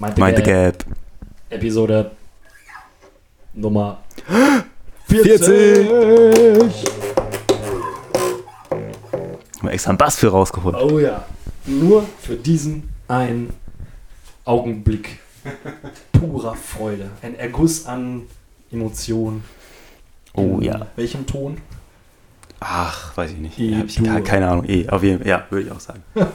Mind the Gap. Episode Nummer 40. Haben wir extra einen Bass für rausgeholt. Oh ja, nur für diesen einen Augenblick purer Freude. Ein Erguss an Emotionen. Oh In ja. welchem Ton? Ach, weiß ich nicht. E-Dur. Hab ich keine Ahnung. Auf jeden Fall. Ja, würde ich auch sagen. Auf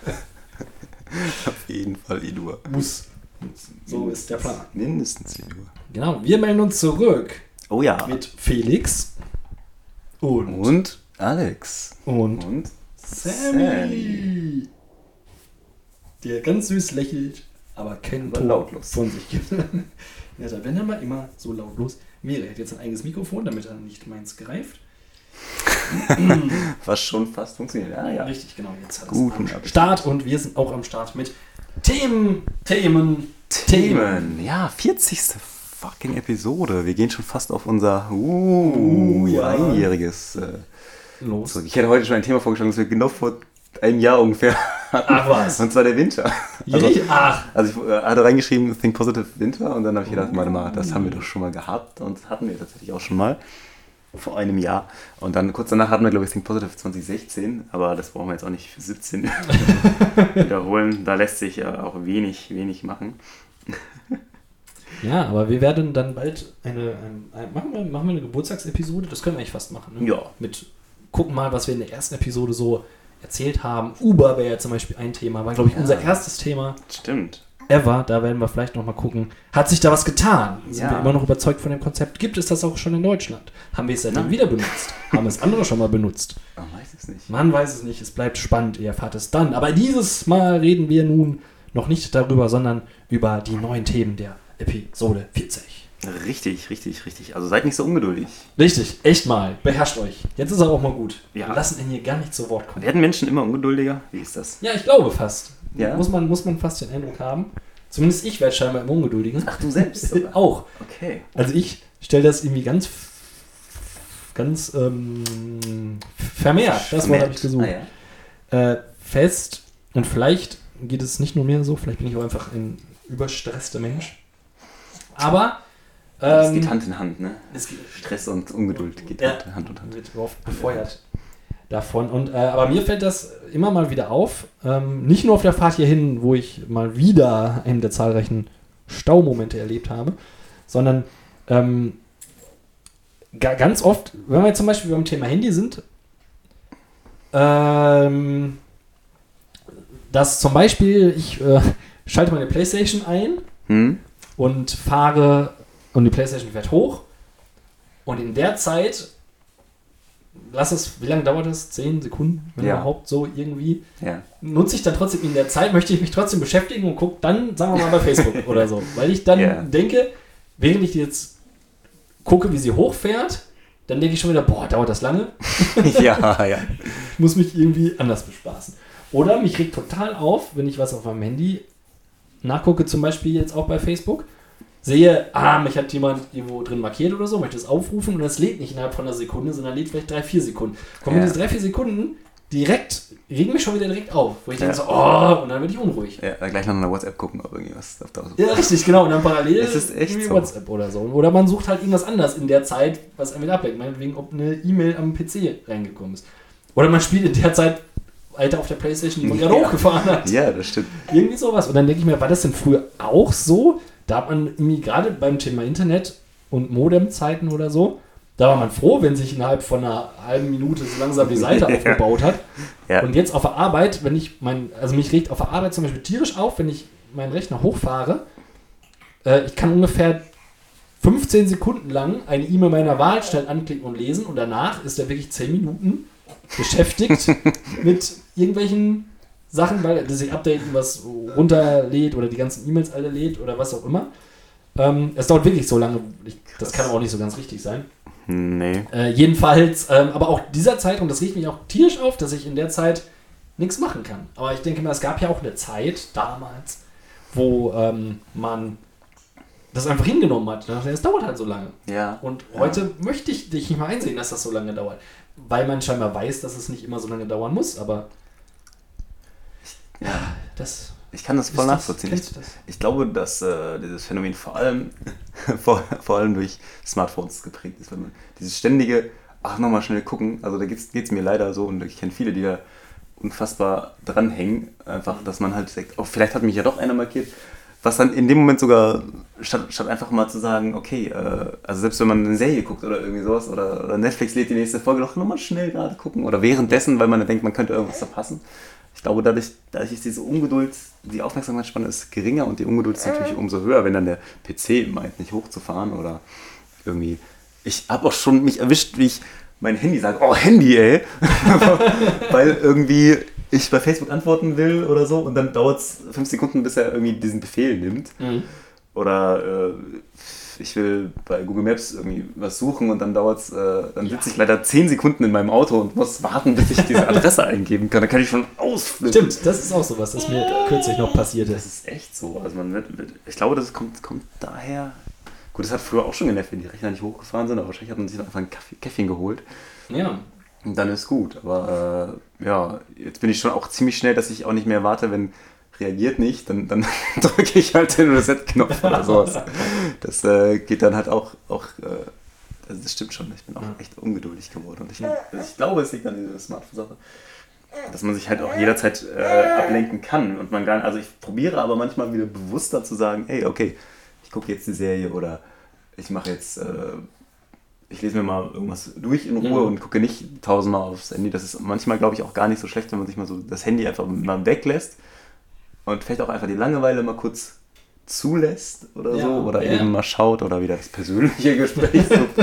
jeden Fall E-Dur. Muss. So ist der Plan. Mindestens E-Dur. Genau, wir melden uns zurück Oh ja. mit Felix Und Alex. und Sammy. Der ganz süß lächelt, aber keinen Aber Ton lautlos. von sich gibt. Ja, wenn er mal immer so lautlos wäre. Er hat jetzt ein eigenes Mikrofon, damit er nicht meins greift. Was schon fast funktioniert. Ah, ja. Richtig, genau. Jetzt hat er Guten es am Appetit. Start und wir sind auch am Start mit Themen. Ja, 40. fucking Episode. Wir gehen schon fast auf unser ja. einjähriges Los. zurück. Ich hätte heute schon ein Thema vorgeschlagen, das wir genau vor einem Jahr ungefähr hatten. Ach was. Und zwar der Winter. Ach. Also ich hatte reingeschrieben, Think Positive Winter, und dann habe ich gedacht, warte mal, das haben wir doch schon mal gehabt, und das hatten wir tatsächlich auch schon mal vor einem Jahr. Und dann kurz danach hatten wir, glaube ich, Think Positive 2016, aber das brauchen wir jetzt auch nicht für 17 wiederholen. Da lässt sich auch wenig machen. Ja, aber wir werden dann bald machen wir eine Geburtstagsepisode, das können wir eigentlich fast machen. Ne? Ja. Gucken mal, was wir in der ersten Episode so erzählt haben. Uber wäre ja zum Beispiel ein Thema, war, glaube ich, unser erstes Thema Stimmt. ever. Da werden wir vielleicht nochmal gucken, hat sich da was getan? Sind Ja. wir immer noch überzeugt von dem Konzept? Gibt es das auch schon in Deutschland? Haben wir es seitdem wieder benutzt? Haben es andere schon mal benutzt? Man weiß es nicht. Man weiß es nicht, es bleibt spannend, ihr erfahrt es dann. Aber dieses Mal reden wir nun noch nicht darüber, sondern über die neuen Themen der Episode 40. Richtig. Also seid nicht so ungeduldig. Richtig, echt mal, beherrscht euch. Jetzt ist er auch mal gut. Ja. Wir lassen ihn hier gar nicht zu Wort kommen. Werden Menschen immer ungeduldiger? Wie ist das? Ja, ich glaube fast. Ja? Muss man fast den Eindruck haben. Zumindest ich werde scheinbar immer ungeduldiger. Ach, du selbst sogar. Auch. Okay. Also ich stelle das irgendwie ganz vermehrt, das Wort habe ich gesucht, fest. Und vielleicht geht es nicht nur mir so, vielleicht bin ich auch einfach ein überstresster Mensch. Aber Das geht Hand in Hand, ne? es geht, Stress und Ungeduld geht Ja. Hand in Hand. wird oft befeuert davon. Und, aber mir fällt das immer mal wieder auf, nicht nur auf der Fahrt hierhin, wo ich mal wieder einen der zahlreichen Staumomente erlebt habe, sondern ganz oft, wenn wir jetzt zum Beispiel beim Thema Handy sind, dass zum Beispiel ich schalte meine Playstation ein und fahre und die Playstation fährt hoch und in der Zeit, wie lange dauert das? 10 Sekunden, wenn überhaupt so irgendwie, nutze ich dann trotzdem in der Zeit, möchte ich mich trotzdem beschäftigen und gucke dann, sagen wir mal, bei Facebook oder so, weil ich dann denke, während ich jetzt gucke, wie sie hochfährt, dann denke ich schon wieder, boah, dauert das lange? Ja. Ich muss mich irgendwie anders bespaßen. Oder mich regt total auf, wenn ich was auf meinem Handy nachgucke, zum Beispiel jetzt auch bei Facebook, sehe, mich hat jemand irgendwo drin markiert oder so, möchte es aufrufen und das lädt nicht innerhalb von einer Sekunde, sondern lädt vielleicht 3-4 Sekunden. Kommen diese 3-4 Sekunden regen mich schon wieder direkt auf, wo ich denke so, und dann werde ich unruhig. Ja, gleich noch in der WhatsApp gucken, ob irgendwas auf da ist. Ja, richtig, genau. Und dann parallel Es ist echt irgendwie so. WhatsApp oder so. Oder man sucht halt irgendwas anderes in der Zeit, was einen wieder ablenkt. Meinetwegen, ob eine E-Mail am PC reingekommen ist. Oder man spielt in der Zeit weiter auf der Playstation, die man gerade hochgefahren hat. Ja, das stimmt. Irgendwie sowas. Und dann denke ich mir, war das denn früher auch so? Da hat man irgendwie gerade beim Thema Internet und Modemzeiten oder so, da war man froh, wenn sich innerhalb von einer halben Minute so langsam die Seite aufgebaut hat. Ja. Und jetzt auf der Arbeit, mich regt auf der Arbeit zum Beispiel tierisch auf, wenn ich meinen Rechner hochfahre. Ich kann ungefähr 15 Sekunden lang eine E-Mail meiner Wahl schnell anklicken und lesen und danach ist er wirklich 10 Minuten beschäftigt mit irgendwelchen Sachen, weil das sich updaten, was runterlädt oder die ganzen E-Mails alle lädt oder was auch immer. Es dauert wirklich so lange, das kann aber auch nicht so ganz richtig sein. Nee. Jedenfalls, aber auch dieser Zeitraum, das regt mich auch tierisch auf, dass ich in der Zeit nichts machen kann. Aber ich denke mal, es gab ja auch eine Zeit damals, wo man das einfach hingenommen hat. Es dauert halt so lange. Ja. Und heute möchte ich nicht mal einsehen, dass das so lange dauert. Weil man scheinbar weiß, dass es nicht immer so lange dauern muss, aber das Ich kann das voll nachvollziehen. Ich glaube, dass dieses Phänomen vor allem durch Smartphones geprägt ist. Wenn man dieses ständige, nochmal schnell gucken, also da geht's mir leider so und ich kenne viele, die da unfassbar dranhängen, einfach, dass man halt sagt, vielleicht hat mich ja doch einer markiert, was dann in dem Moment sogar, statt einfach mal zu sagen, okay, also selbst wenn man eine Serie guckt oder irgendwie sowas, oder Netflix lädt die nächste Folge noch mal schnell gerade gucken, oder währenddessen, weil man dann denkt, man könnte irgendwas verpassen. Ich glaube, dadurch ist diese Ungeduld, die Aufmerksamkeitsspanne ist geringer und die Ungeduld ist natürlich umso höher, wenn dann der PC meint, nicht hochzufahren oder irgendwie. Ich habe auch schon mich erwischt, wie ich mein Handy sage, Handy, ey, weil irgendwie ich bei Facebook antworten will oder so und dann dauert es 5 Sekunden, bis er irgendwie diesen Befehl nimmt. Mhm. Oder ich will bei Google Maps irgendwie was suchen und dann dann sitze ich leider 10 Sekunden in meinem Auto und muss warten, bis ich diese Adresse eingeben kann. Da kann ich schon ausflippen. Stimmt, das ist auch sowas, das mir kürzlich noch passiert ist. Das ist echt so. Also ich glaube, das kommt daher. Gut, das hat früher auch schon genervt, wenn die Rechner nicht hochgefahren sind, aber wahrscheinlich hat man sich dann einfach ein Käffchen geholt. Ja. Und dann ist gut. Aber jetzt bin ich schon auch ziemlich schnell, dass ich auch nicht mehr warte, wenn reagiert nicht, dann drücke ich halt den Reset-Knopf oder sowas. Das geht dann halt auch also das stimmt schon, ich bin auch echt ungeduldig geworden. Und ich glaube, es liegt an dieser Smartphone-Sache, dass man sich halt auch jederzeit ablenken kann. Und also ich probiere aber manchmal wieder bewusster zu sagen, hey, okay, ich gucke jetzt die Serie oder ich mache jetzt, ich lese mir mal irgendwas durch in Ruhe und gucke nicht 1000-mal aufs Handy. Das ist manchmal, glaube ich, auch gar nicht so schlecht, wenn man sich mal so das Handy einfach mal weglässt und vielleicht auch einfach die Langeweile mal kurz zulässt oder so oder eben mal schaut oder wieder das persönliche Gespräch sucht.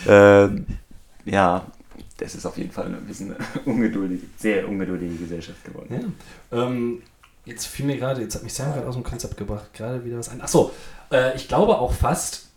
Das ist auf jeden Fall ein bisschen sehr ungeduldige Gesellschaft geworden. Ja. Jetzt hat mich Sam gerade aus dem Konzept gebracht, gerade wieder was ein. Achso, ich glaube auch fast,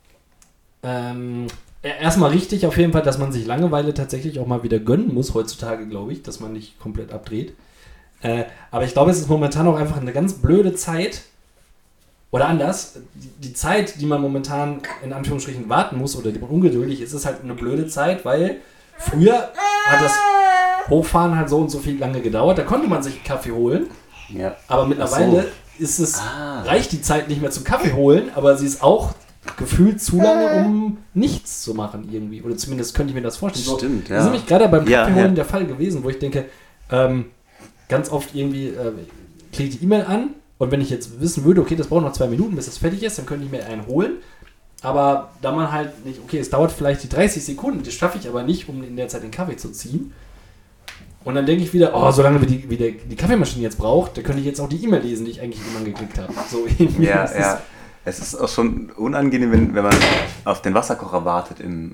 erstmal richtig auf jeden Fall, dass man sich Langeweile tatsächlich auch mal wieder gönnen muss heutzutage, glaube ich, dass man nicht komplett abdreht. Aber ich glaube, es ist momentan auch einfach eine ganz blöde Zeit. Oder anders, die Zeit, die man momentan in Anführungsstrichen warten muss oder die man ungeduldig ist halt eine blöde Zeit, weil früher hat das Hochfahren halt so und so viel lange gedauert. Da konnte man sich einen Kaffee holen. Ja. Aber mittlerweile reicht die Zeit nicht mehr zum Kaffee holen, aber sie ist auch gefühlt zu lange, um nichts zu machen irgendwie. Oder zumindest könnte ich mir das vorstellen. Stimmt, ja. Das ist nämlich gerade beim Kaffeeholen der Fall gewesen, wo ich denke, ganz oft irgendwie klicke ich die E-Mail an und wenn ich jetzt wissen würde, okay, das braucht noch 2 Minuten, bis das fertig ist, dann könnte ich mir einen holen. Aber da man halt nicht, okay, es dauert vielleicht die 30 Sekunden, das schaffe ich aber nicht, um in der Zeit den Kaffee zu ziehen. Und dann denke ich wieder, solange wie die Kaffeemaschine jetzt braucht, da könnte ich jetzt auch die E-Mail lesen, die ich eigentlich immer geklickt habe. So Es ist auch schon unangenehm, wenn man auf den Wasserkocher wartet in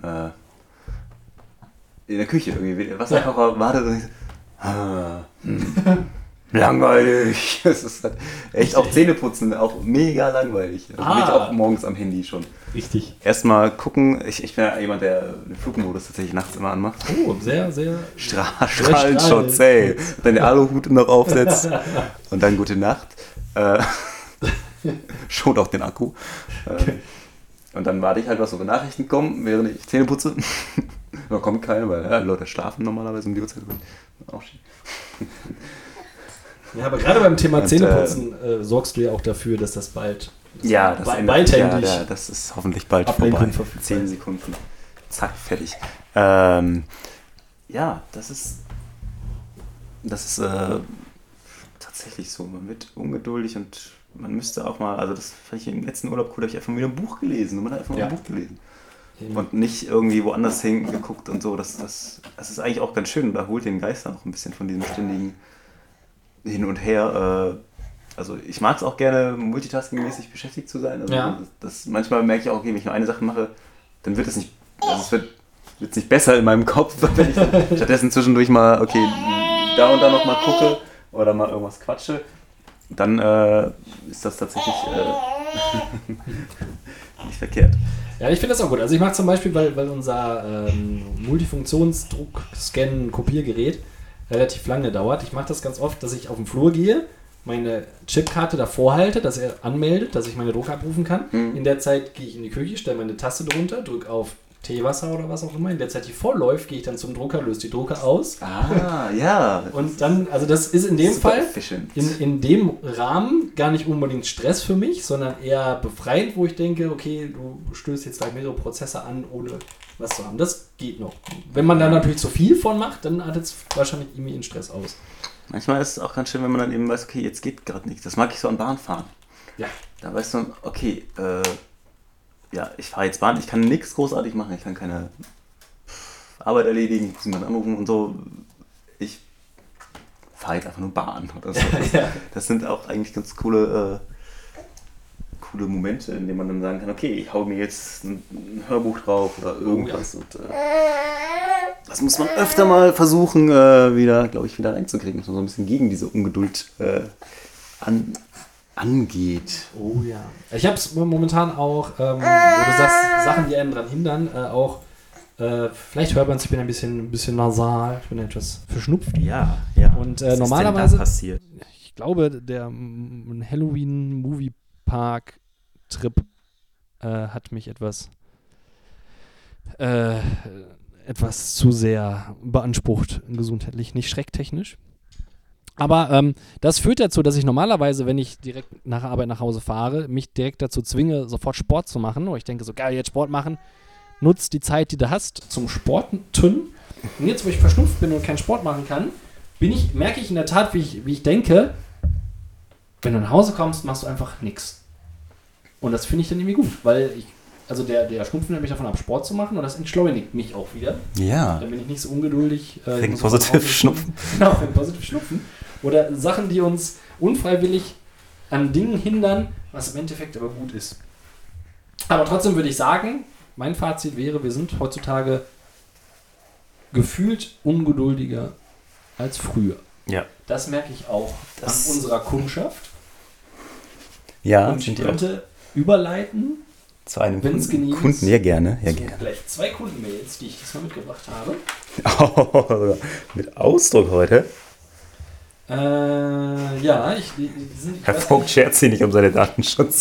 der Küche irgendwie. Der Wasserkocher wartet und langweilig. Es ist halt echt auch Zähneputzen, auch mega langweilig. Also bin ich auch morgens am Handy schon. Richtig. Erstmal gucken, ich bin ja jemand, der den Flugmodus tatsächlich nachts immer anmacht. Oh, sehr, sehr Strahlenschutz, ey. Dann den Aluhut noch aufsetzt und dann gute Nacht. Schont auch den Akku. Und dann warte ich halt, was so für Nachrichten kommen, während ich Zähne putze. Da kommt keine, weil Leute schlafen normalerweise um die Uhrzeit. Auch schön. Ja, aber gerade beim Thema Zähneputzen sorgst du ja auch dafür, dass das bald beidhändig. Ja, das ist hoffentlich bald vorbei. 10 Sekunden. Zack, fertig. Das ist tatsächlich so. Man wird ungeduldig und man müsste auch mal, also das fand ich im letzten Urlaub cool, da habe ich einfach wieder ein Buch gelesen. Und man hat einfach mal ein Buch gelesen. Und nicht irgendwie woanders hingeguckt und so. Das ist eigentlich auch ganz schön. Da holt den Geist dann auch ein bisschen von diesem ständigen Hin und Her. Also ich mag es auch gerne, multitasking-mäßig beschäftigt zu sein. Also manchmal merke ich auch, okay, wenn ich nur eine Sache mache, dann wird es nicht, es wird nicht besser in meinem Kopf, wenn ich dann stattdessen zwischendurch mal, okay, da und da noch mal gucke oder mal irgendwas quatsche. Dann ist das tatsächlich nicht verkehrt. Ja, ich finde das auch gut. Also ich mache zum Beispiel, weil unser Multifunktionsdruck-Scan-Kopiergerät relativ lange dauert. Ich mache das ganz oft, dass ich auf den Flur gehe, meine Chipkarte davor halte, dass er anmeldet, dass ich meine Druck abrufen kann. In der Zeit gehe ich in die Küche, stelle meine Tasse drunter, drücke auf Teewasser oder was auch immer. In der Zeit, die vollläuft, gehe ich dann zum Drucker, löse die Drucker aus. Ah, ja. Und dann, also das ist in dem Fall, efficient. in dem Rahmen gar nicht unbedingt Stress für mich, sondern eher befreiend, wo ich denke, okay, du stößt jetzt gleich mehrere Prozesse an, ohne was zu haben. Das geht noch. Wenn man da natürlich zu viel von macht, dann hat es wahrscheinlich irgendwie einen Stress aus. Manchmal ist es auch ganz schön, wenn man dann eben weiß, okay, jetzt geht gerade nichts. Das mag ich so an Bahnfahren. Ja. Da weißt du, okay, ja, ich fahre jetzt Bahn, ich kann nichts großartig machen, ich kann keine Arbeit erledigen, ich muss jemanden anrufen und so. Ich fahre jetzt einfach nur Bahn oder so. Ja. Das sind auch eigentlich ganz coole Momente, in denen man dann sagen kann, okay, ich hau mir jetzt ein Hörbuch drauf oder irgendwas. Und, das muss man öfter mal versuchen, wieder reinzukriegen, dass man so ein bisschen gegen diese Ungeduld angeht. Oh ja. Ich habe es momentan auch, wo du sagst, Sachen, die einen daran hindern, auch, vielleicht hört man es, ich bin ein bisschen nasal, ich bin etwas verschnupft. Ja. Und was normalerweise, ist denn da passiert? ich glaube, der Halloween-Movie-Park-Trip hat mich etwas zu sehr beansprucht, gesundheitlich, nicht schrecktechnisch. Aber das führt dazu, dass ich normalerweise, wenn ich direkt nach der Arbeit nach Hause fahre, mich direkt dazu zwinge, sofort Sport zu machen. Und ich denke so, geil, jetzt Sport machen, nutzt die Zeit, die du hast, zum Sporten. Und jetzt, wo ich verschnupft bin und keinen Sport machen kann, merke ich in der Tat, wie ich denke, wenn du nach Hause kommst, machst du einfach nichts. Und das finde ich dann irgendwie gut, weil der Schnupfen hält mich davon ab, Sport zu machen und das entschleunigt mich auch wieder. Ja. Dann bin ich nicht so ungeduldig. Think positive Schnupfen. Genau, Think positive Schnupfen. Oder Sachen, die uns unfreiwillig an Dingen hindern, was im Endeffekt aber gut ist. Aber trotzdem würde ich sagen, mein Fazit wäre, wir sind heutzutage gefühlt ungeduldiger als früher. Ja. Das merke ich auch an unserer Kundschaft. Ja, und ich könnte überleiten zu einem Kunden. Ja, gerne. Gleich 2 Kundenmails, die ich diesmal mitgebracht habe. Oh, mit Ausdruck heute. Ja, Herr Vogt schert sich nicht um seinen Datenschutz.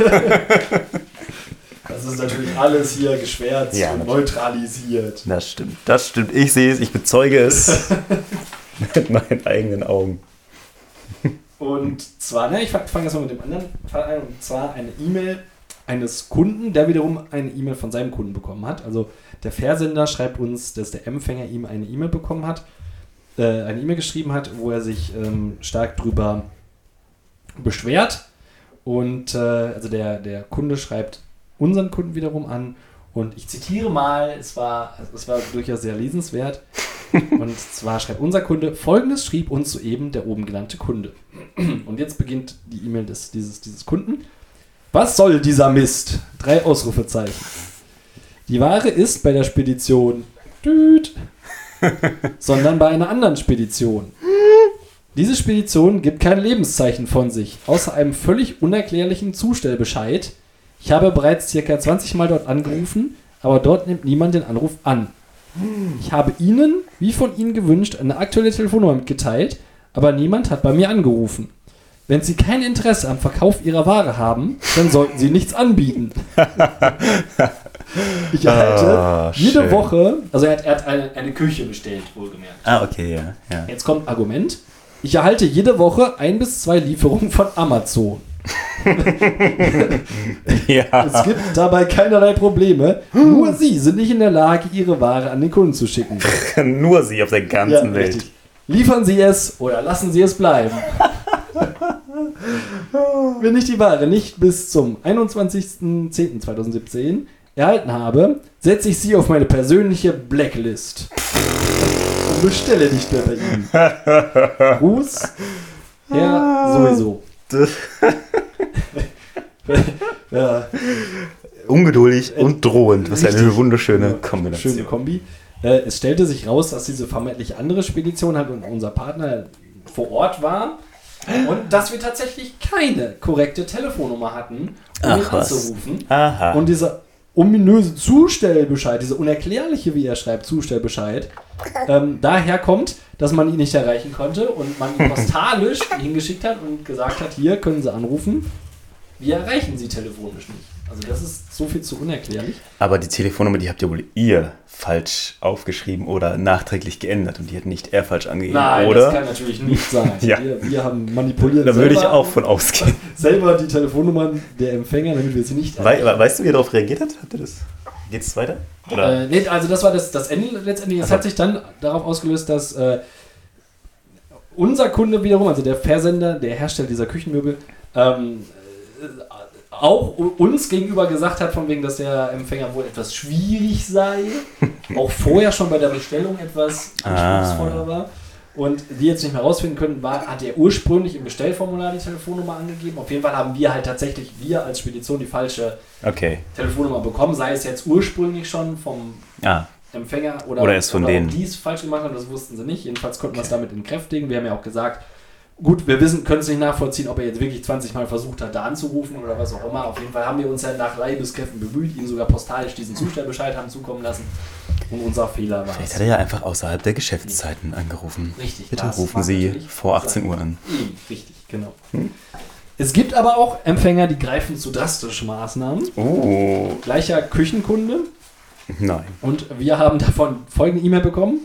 Das ist natürlich alles hier geschwärzt und neutralisiert. Das stimmt. Ich sehe es, ich bezeuge es mit meinen eigenen Augen. Und zwar, ich fange jetzt mal mit dem anderen Fall an, und zwar eine E-Mail eines Kunden, der wiederum eine E-Mail von seinem Kunden bekommen hat. Also der Versender schreibt uns, dass der Empfänger ihm eine E-Mail bekommen hat, eine E-Mail geschrieben hat, wo er sich stark drüber beschwert. Und also der Kunde schreibt unseren Kunden wiederum an. Und ich zitiere mal, es war durchaus sehr lesenswert. Und zwar schreibt unser Kunde, Folgendes schrieb uns soeben der oben genannte Kunde. Und jetzt beginnt die E-Mail dieses Kunden. Was soll dieser Mist? 3 Ausrufezeichen. Die Ware ist bei der Spedition sondern bei einer anderen Spedition. Diese Spedition gibt kein Lebenszeichen von sich, außer einem völlig unerklärlichen Zustellbescheid. Ich habe bereits ca. 20 Mal dort angerufen, aber dort nimmt niemand den Anruf an. Ich habe Ihnen, wie von Ihnen gewünscht, eine aktuelle Telefonnummer mitgeteilt, aber niemand hat bei mir angerufen. Wenn Sie kein Interesse am Verkauf Ihrer Ware haben, dann sollten Sie nichts anbieten. Ich erhalte jede Woche, also er hat eine Küche bestellt, wohlgemerkt. Okay, ja. Jetzt kommt Argument. Ich erhalte jede Woche 1 bis 2 Lieferungen von Amazon. Ja. Es gibt dabei keinerlei Probleme. Nur Sie sind nicht in der Lage, Ihre Ware an den Kunden zu schicken. Nur Sie auf der ganzen Welt. Richtig. Liefern Sie es oder lassen Sie es bleiben. Wenn ich die Ware nicht bis zum 21.10.2017 erhalten habe, setze ich sie auf meine persönliche Blacklist und bestelle nicht mehr bei Ihnen. Gruß, Herr sowieso. Ja. Ungeduldig und drohend. Was eine wunderschöne Kombination. Schöne Kombi. Es stellte sich raus, dass diese vermeintlich andere Spedition halt und unser Partner vor Ort war und dass wir tatsächlich keine korrekte Telefonnummer hatten, um ihn anzurufen. Aha. Und dieser ominöse Zustellbescheid, dieser unerklärliche, wie er schreibt, Zustellbescheid, daher kommt, dass man ihn nicht erreichen konnte und man ihn postalisch hingeschickt hat und gesagt hat, hier können Sie anrufen. Wir erreichen Sie telefonisch nicht. Also das ist so viel zu unerklärlich. Aber die Telefonnummer, die habt ihr wohl falsch aufgeschrieben oder nachträglich geändert und die hat nicht er falsch angegeben, Nein, oder? das kann natürlich nicht sein. Ja. Wir haben manipuliert. Da würde ich auch von ausgehen. Selber die Telefonnummern der Empfänger, damit wir sie nicht Weißt du, wie er darauf reagiert hat? Habt ihr das? Geht es weiter? Oder? Nee, also das war das Ende letztendlich. Es hat sich dann darauf ausgelöst, dass unser Kunde wiederum, also der Versender, der Hersteller dieser Küchenmöbel, auch uns gegenüber gesagt hat, von wegen, dass der Empfänger wohl etwas schwierig sei, auch vorher schon bei der Bestellung etwas anspruchsvoller war und die jetzt nicht mehr rausfinden können, hat er ursprünglich im Bestellformular die Telefonnummer angegeben. Auf jeden Fall haben wir halt tatsächlich, als Spedition, die falsche Telefonnummer bekommen, sei es jetzt ursprünglich schon vom Empfänger oder es von denen, die es falsch gemacht haben, das wussten sie nicht. Jedenfalls konnten wir es damit entkräftigen. Wir haben ja auch gesagt, gut, wir können es nicht nachvollziehen, ob er jetzt wirklich 20 Mal versucht hat, da anzurufen oder was auch immer. Auf jeden Fall haben wir uns ja nach Leibeskräften bemüht, ihm sogar postalisch diesen Zustellbescheid haben zukommen lassen. Und unser Fehler war Vielleicht hat er ja einfach außerhalb der Geschäftszeiten angerufen. Richtig. Bitte rufen Sie vor 18 Uhr an. Eben, richtig, genau. Es gibt aber auch Empfänger, die greifen zu drastischen Maßnahmen. Oh. Gleicher Küchenkunde. Nein. Und wir haben davon folgende E-Mail bekommen.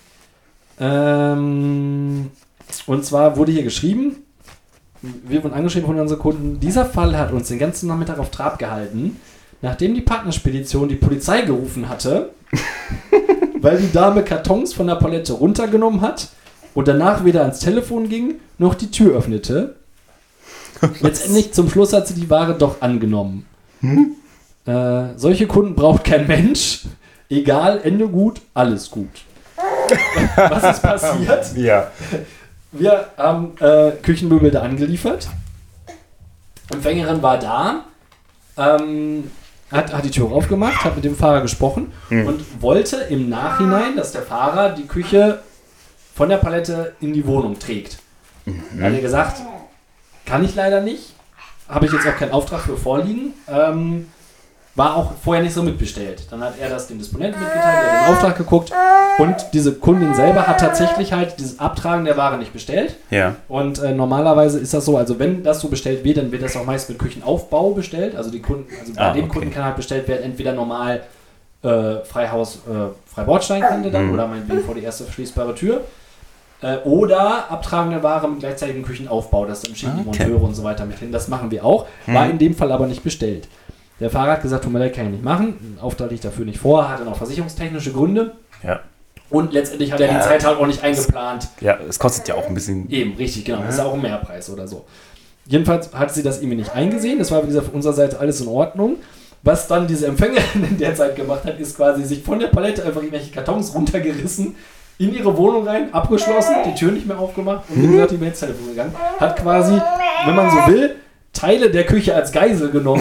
Und zwar wurde hier geschrieben, wir wurden angeschrieben von unseren Kunden, dieser Fall hat uns den ganzen Nachmittag auf Trab gehalten, nachdem die Partnerspedition die Polizei gerufen hatte, weil die Dame Kartons von der Palette runtergenommen hat und danach weder ans Telefon ging, noch die Tür öffnete. Letztendlich zum Schluss hat sie die Ware doch angenommen. Solche Kunden braucht kein Mensch. Egal, Ende gut, alles gut. Was ist passiert? Ja. Wir haben Küchenmöbel da angeliefert. Empfängerin war da, hat die Tür aufgemacht, hat mit dem Fahrer gesprochen und wollte im Nachhinein, dass der Fahrer die Küche von der Palette in die Wohnung trägt. Hat er gesagt, kann ich leider nicht, habe ich jetzt auch keinen Auftrag für vorliegen. War auch vorher nicht so mitbestellt. Dann hat er das dem Disponenten mitgeteilt, er hat den Auftrag geguckt und diese Kundin selber hat tatsächlich halt dieses Abtragen der Ware nicht bestellt. Ja. Und normalerweise ist das so, also wenn das so bestellt wird, dann wird das auch meist mit Küchenaufbau bestellt. Also bei dem Kunden kann halt bestellt werden, entweder normal Freihaus, Freibordsteinkante dann oder meinetwegen vor die erste verschließbare Tür. Oder abtragende Ware mit gleichzeitigem Küchenaufbau, das dann schicken die Monteure und so weiter mit hin. Das machen wir auch, war in dem Fall aber nicht bestellt. Der Fahrer hat gesagt, tut mir leid, kann ich nicht machen. Einen Auftrag liegt dafür nicht vor, hatte noch versicherungstechnische Gründe. Ja. Und letztendlich hat er die Zeit halt auch nicht eingeplant. Ja, es kostet ja auch ein bisschen. Eben, richtig, genau. Das ist ja auch ein Mehrpreis oder so. Jedenfalls hat sie das irgendwie nicht eingesehen. Das war, wie gesagt, von unserer Seite alles in Ordnung. Was dann diese Empfängerin in der Zeit gemacht hat, ist quasi sich von der Palette einfach irgendwelche Kartons runtergerissen, in ihre Wohnung rein, abgeschlossen, die Tür nicht mehr aufgemacht und wie gesagt, die ins Telefon gegangen. Hat quasi, wenn man so will, Teile der Küche als Geisel genommen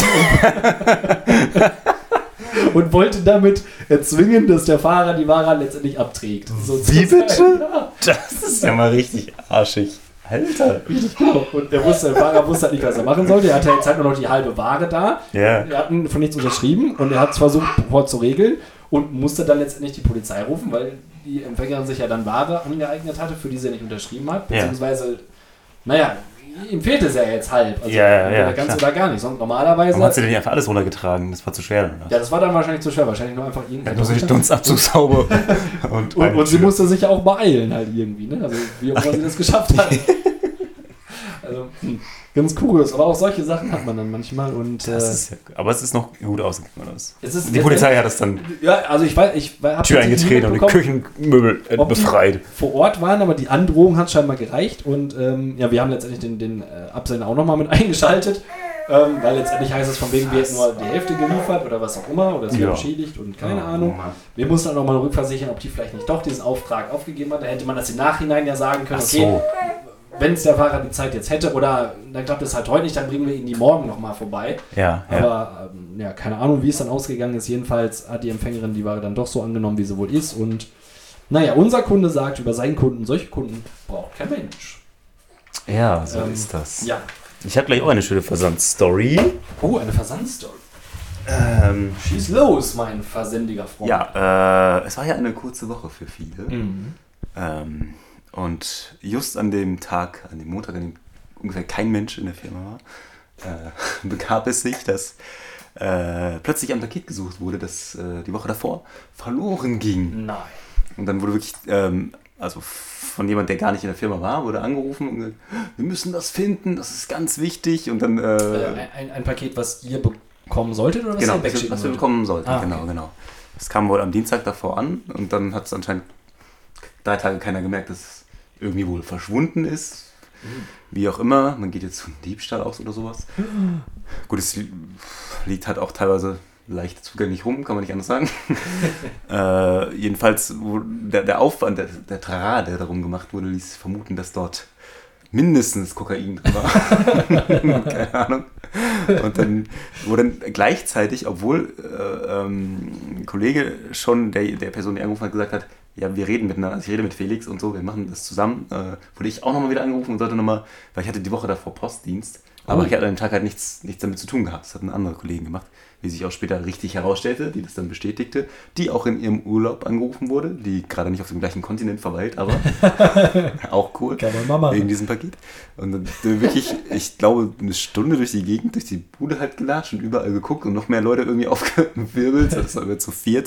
und wollte damit erzwingen, dass der Fahrer die Ware letztendlich abträgt. So wie bitte? Ja. Das ist ja mal richtig arschig. Alter. Richtig genau. Und der Fahrer wusste halt nicht, was er machen sollte. Er hatte jetzt halt nur noch die halbe Ware da. Ja. Er hat von nichts unterschrieben und er hat es versucht, sofort zu regeln und musste dann letztendlich die Polizei rufen, weil die Empfängerin sich ja dann Ware angeeignet hatte, für die sie nicht unterschrieben hat. Beziehungsweise, ihm fehlte es ja jetzt halb. Also ganz oder gar nicht. Sonst normalerweise. Warum hat sie denn nicht einfach alles runtergetragen? Das war zu schwer, oder? Ja, das war dann wahrscheinlich zu schwer. Wahrscheinlich nur einfach irgendwie. Ja, nur so die Dunstabzugshaube. und sie musste sich ja auch beeilen halt irgendwie. Ne? Also wie auch immer sie das geschafft hat. Also ganz kurios. Aber auch solche Sachen hat man dann manchmal. Und, aber es ist noch gut ausgegangen. Die Polizei hat es dann also ich habe Tür eingetreten und die Küchenmöbel befreit. Vor Ort waren, aber die Androhung hat scheinbar gereicht. Und wir haben letztendlich den Absender auch nochmal mit eingeschaltet. Weil letztendlich heißt es von wegen, wir hätten nur die Hälfte geliefert oder was auch immer. Oder es wird beschädigt und keine Ahnung. Wir mussten dann nochmal rückversichern, ob die vielleicht nicht doch diesen Auftrag aufgegeben hat. Da hätte man das im Nachhinein ja sagen können, okay, wenn es der Fahrer die Zeit jetzt hätte oder dann klappt es halt heute nicht, dann bringen wir ihn die morgen nochmal vorbei. Aber keine Ahnung, wie es dann ausgegangen ist. Jedenfalls hat die Empfängerin die Ware dann doch so angenommen, wie sie wohl ist. Und unser Kunde sagt über seinen Kunden, solche Kunden braucht kein Mensch. Ja, so ist das. Ja. Ich habe gleich auch eine schöne Versandstory. Oh, eine Versandstory. Schieß los, mein versendiger Freund. Ja, es war ja eine kurze Woche für viele. Und just an dem Tag, an dem Montag, an dem ungefähr kein Mensch in der Firma war, begab es sich, dass plötzlich ein Paket gesucht wurde, das die Woche davor verloren ging. Nein. Und dann wurde wirklich, also von jemand, der gar nicht in der Firma war, wurde angerufen und gesagt, wir müssen das finden, das ist ganz wichtig. Und dann ein Paket, was ihr bekommen solltet oder was genau, ihr wegschicken was wir bekommen sollten. Okay. Genau. Das kam wohl am Dienstag davor an und dann hat es anscheinend 3 Tage keiner gemerkt, dass es irgendwie wohl verschwunden ist. Wie auch immer, man geht jetzt von Diebstahl aus oder sowas. Gut, es liegt halt auch teilweise leicht zugänglich rum, kann man nicht anders sagen. Jedenfalls, der Aufwand, der Trara, der darum gemacht wurde, ließ vermuten, dass dort mindestens Kokain drin war. Keine Ahnung. Und dann wurde gleichzeitig, obwohl ein Kollege schon der Person, die angerufen hat, gesagt hat, ja, wir reden miteinander, also ich rede mit Felix und so, wir machen das zusammen, wurde ich auch nochmal wieder angerufen und sollte nochmal, weil ich hatte die Woche davor Postdienst, aber ich hatte an dem Tag halt nichts damit zu tun gehabt. Das hat ein anderer Kollege gemacht, wie sich auch später richtig herausstellte, die das dann bestätigte, die auch in ihrem Urlaub angerufen wurde, die gerade nicht auf dem gleichen Kontinent verweilt, aber auch cool, wegen diesem Paket. Und dann wirklich, ich glaube, eine Stunde durch die Gegend, durch die Bude halt gelatscht und überall geguckt und noch mehr Leute irgendwie aufgewirbelt, das war zu viert.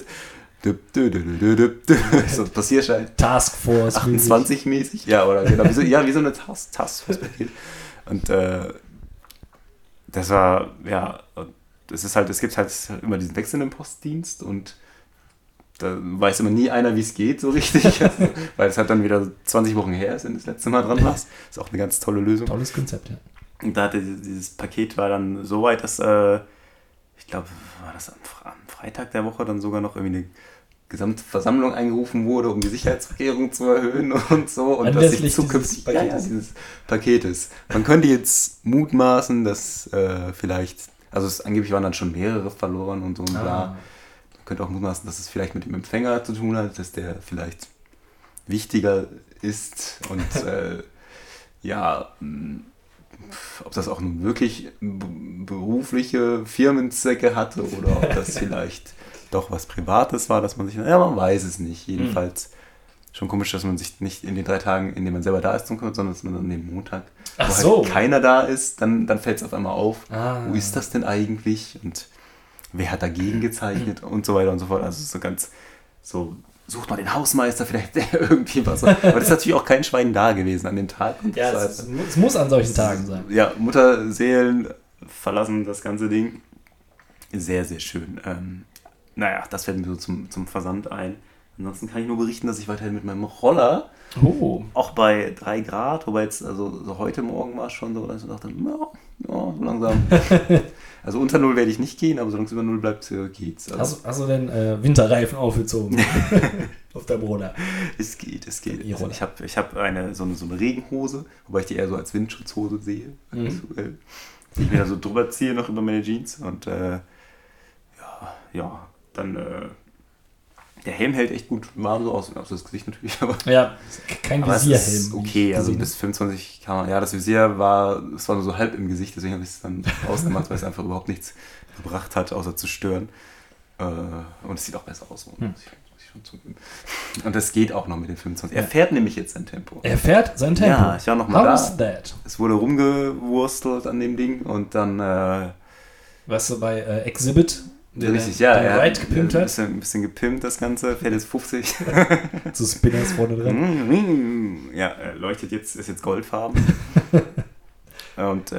So Passierschein. Taskforce 28-mäßig. Ja, oder genau, wie so eine Taskforce-Paket. Und das war, ja, es gibt halt immer diesen Wechsel im Postdienst und da weiß immer nie einer, wie es geht, so richtig. Also, weil es halt dann wieder 20 Wochen her ist, wenn du das letzte Mal dran warst. Ist auch eine ganz tolle Lösung. Tolles Konzept, ja. Und da hatte dieses Paket war dann so weit, dass, ich glaube, war das am Freitag der Woche dann sogar noch irgendwie eine Gesamtversammlung eingerufen wurde, um die Sicherheitsvorkehrungen zu erhöhen und so. Und dass sich zukünftig dieses Paketes. Man könnte jetzt mutmaßen, dass vielleicht, also angeblich waren dann schon mehrere verloren und so und bla. Man könnte auch mutmaßen, dass es vielleicht mit dem Empfänger zu tun hat, dass der vielleicht wichtiger ist und ja, ob das auch nun wirklich berufliche Firmenzwecke hatte oder ob das vielleicht doch was Privates war, dass man sich, ja, man weiß es nicht. Jedenfalls schon komisch, dass man sich nicht in den 3 Tagen, in denen man selber da ist, drum kümmert, sondern dass man dann an dem Montag, wo halt keiner da ist, dann fällt es auf einmal auf. Wo ist das denn eigentlich? Und wer hat dagegen gezeichnet? Und so weiter und so fort. Also so ganz so, sucht mal den Hausmeister, vielleicht der irgendwie was. Aber das ist natürlich auch kein Schwein da gewesen an dem Tag. Und ja, es muss an solchen Tagen sein. Ja, Mutterseelen verlassen das ganze Ding. Sehr, sehr schön. Naja, das fällt mir so zum Versand ein. Ansonsten kann ich nur berichten, dass ich weiterhin mit meinem Roller, auch bei 3 Grad, wobei jetzt, also so heute Morgen war es schon so, dass ich dachte, ja, so langsam. Also unter 0 werde ich nicht gehen, aber solange es über 0 bleibt, geht's. Also hast du denn Winterreifen aufgezogen auf der Roller? Es geht. Also ich hab so eine Regenhose, wobei ich die eher so als Windschutzhose sehe, die ich mir da so drüber ziehe noch über meine Jeans und ja, dann der Helm hält echt gut warm so aus, das Gesicht natürlich, aber ja, kein Visierhelm. Okay, also bis 25 km. Ja, das Visier war nur so halb im Gesicht, deswegen habe ich es dann ausgemacht, weil es einfach überhaupt nichts gebracht hat, außer zu stören. Und es sieht auch besser aus. Muss ich schon zugeben. Und das geht auch noch mit den 25. Er fährt nämlich jetzt sein Tempo. Er fährt sein Tempo? Ja, ich war noch mal da. How's that? Es wurde rumgewurstelt an dem Ding und dann weißt du, bei Exhibit richtig, ja, er hat ein bisschen gepimpt, das Ganze, fährt jetzt 50. So Spinners vorne dran. Ja, leuchtet jetzt, ist jetzt goldfarben. Und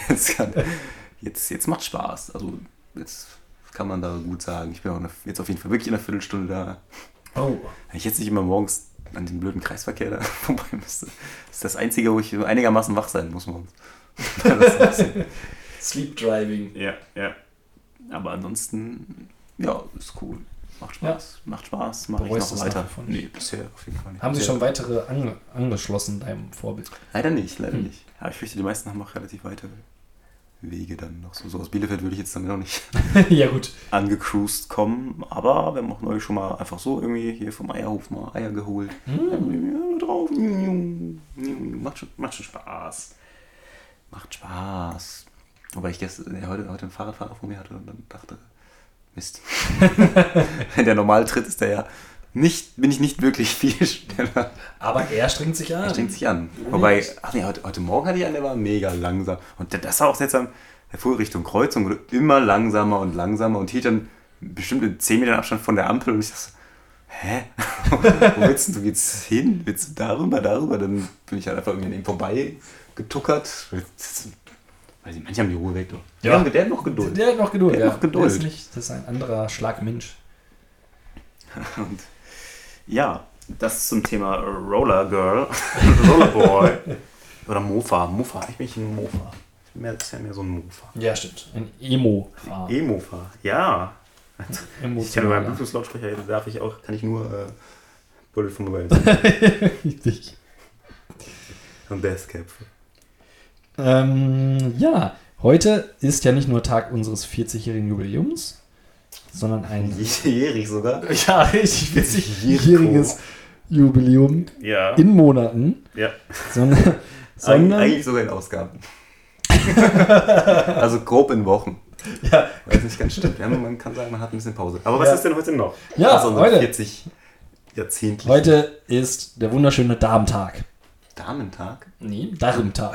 jetzt macht Spaß. Also jetzt kann man da gut sagen. Ich bin auch jetzt auf jeden Fall wirklich in einer Viertelstunde da. Oh. Wenn ich jetzt nicht immer morgens an den blöden Kreisverkehr da vorbei müsste, ist das Einzige, wo ich einigermaßen wach sein muss morgens. Sleep Driving. Ja. Aber ansonsten, ja, ist cool. Macht Spaß. Mache ich noch weiter. Nee, bisher auf jeden Fall nicht. Haben Sie schon weitere angeschlossen, deinem Vorbild? Leider nicht. Ja, ich fürchte, die meisten haben auch relativ weite Wege dann noch. So aus Bielefeld würde ich jetzt damit noch nicht ja, gut. angecruised kommen. Aber wir haben auch neulich schon mal einfach so irgendwie hier vom Eierhof mal Eier geholt. Drauf. Macht schon Spaß. Macht Spaß. Wobei ich heute einen Fahrradfahrer vor mir hatte und dann dachte, Mist. Wenn der normal tritt, ist der ja bin ich nicht wirklich viel schneller. Aber er strengt sich an. Wobei, heute Morgen hatte ich einen, der war mega langsam. Und das war auch seltsam. er fuhr Richtung Kreuzung, wurde immer langsamer und langsamer und hielt dann bestimmt in 10 Metern Abstand von der Ampel und ich dachte so, hä? Wo willst du jetzt hin? Willst du darüber? Dann bin ich halt einfach irgendwie an ihm vorbei getuckert. Weiß ich, manche haben die Ruhe weg. Ja. Der hat noch Geduld. Der hat noch Geduld, Der das ist ein anderer Schlag Mensch. Und ja, das zum Thema Roller Girl, Rollerboy oder Mofa. Ich bin nicht ein Mofa. Das ist ja mehr so ein Mofa. Ja, stimmt. Ein Emo-Fahr. E-Mofa, ja. Ich kann meinen Bluetooth-Lautsprecher, kann ich nur Bullet from the Welt. Richtig. Und Basecap. Ja, heute ist ja nicht nur Tag unseres 40-jährigen Jubiläums, sondern ein... Jährig sogar. Ja, richtig 40-jähriges Jubiläum in Monaten. Ja. Sondern eigentlich sogar in Ausgaben. Also grob in Wochen. Ja. Weiß nicht ganz stimmt. Man kann sagen, man hat ein bisschen Pause. Aber was ist denn heute noch? Ja, also heute. 40 Jahrzehnte. Heute ist der wunderschöne Darmtag. Damentag? Nee, Darmtag.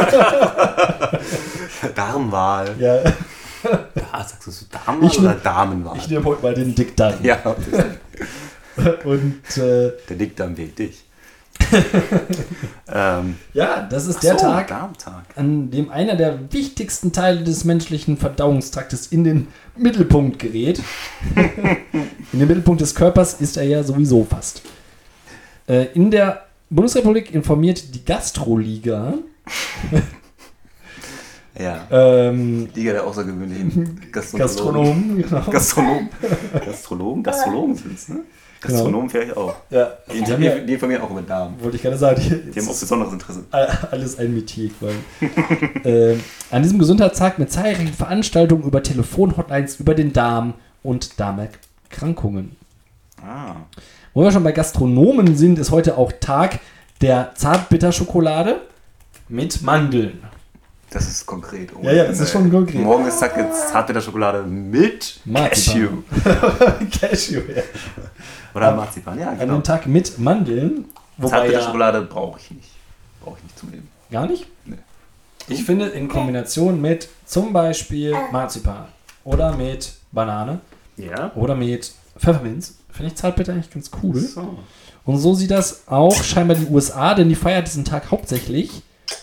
Darmwahl. Ja. Sagst du so Darmwahl oder Damenwahl? Ich nehme heute mal den Dickdarm. Ja. Und der Dickdarm wählt dich. Ja, das ist der Tag, Darmtag, an dem einer der wichtigsten Teile des menschlichen Verdauungstraktes in den Mittelpunkt gerät. In den Mittelpunkt des Körpers ist er ja sowieso fast. In der Bundesrepublik informiert die Gastroliga. Ja. Liga der außergewöhnlichen Gastronomen, genau. Gastrologen sind es, ne? Gastronomen vielleicht auch. Ja. Die informieren auch über Darm. Wollte ich gerade sagen. Die haben auch besonderes Interesse. Alles ein Metier, quasi. An diesem Gesundheitstag mit zahlreichen Veranstaltungen über Telefonhotlines über den Darm und Darmerkrankungen. Wo wir schon bei Gastronomen sind, ist heute auch Tag der Zartbitterschokolade mit Mandeln. Das ist konkret. Ja, das ist schon konkret. Morgen ist Tag der Zartbitterschokolade mit Cashew. Cashew, ja. Oder Marzipan, ja, genau. An dem Tag mit Mandeln. Zartbitterschokolade brauche ich nicht. Brauche ich nicht zum Leben. Gar nicht? Nee. Ich finde in Kombination mit zum Beispiel Marzipan oder mit Banane oder mit Pfefferminz finde ich Zartbitter eigentlich ganz cool. So. Und so sieht das auch scheinbar die USA, denn die feiert diesen Tag hauptsächlich.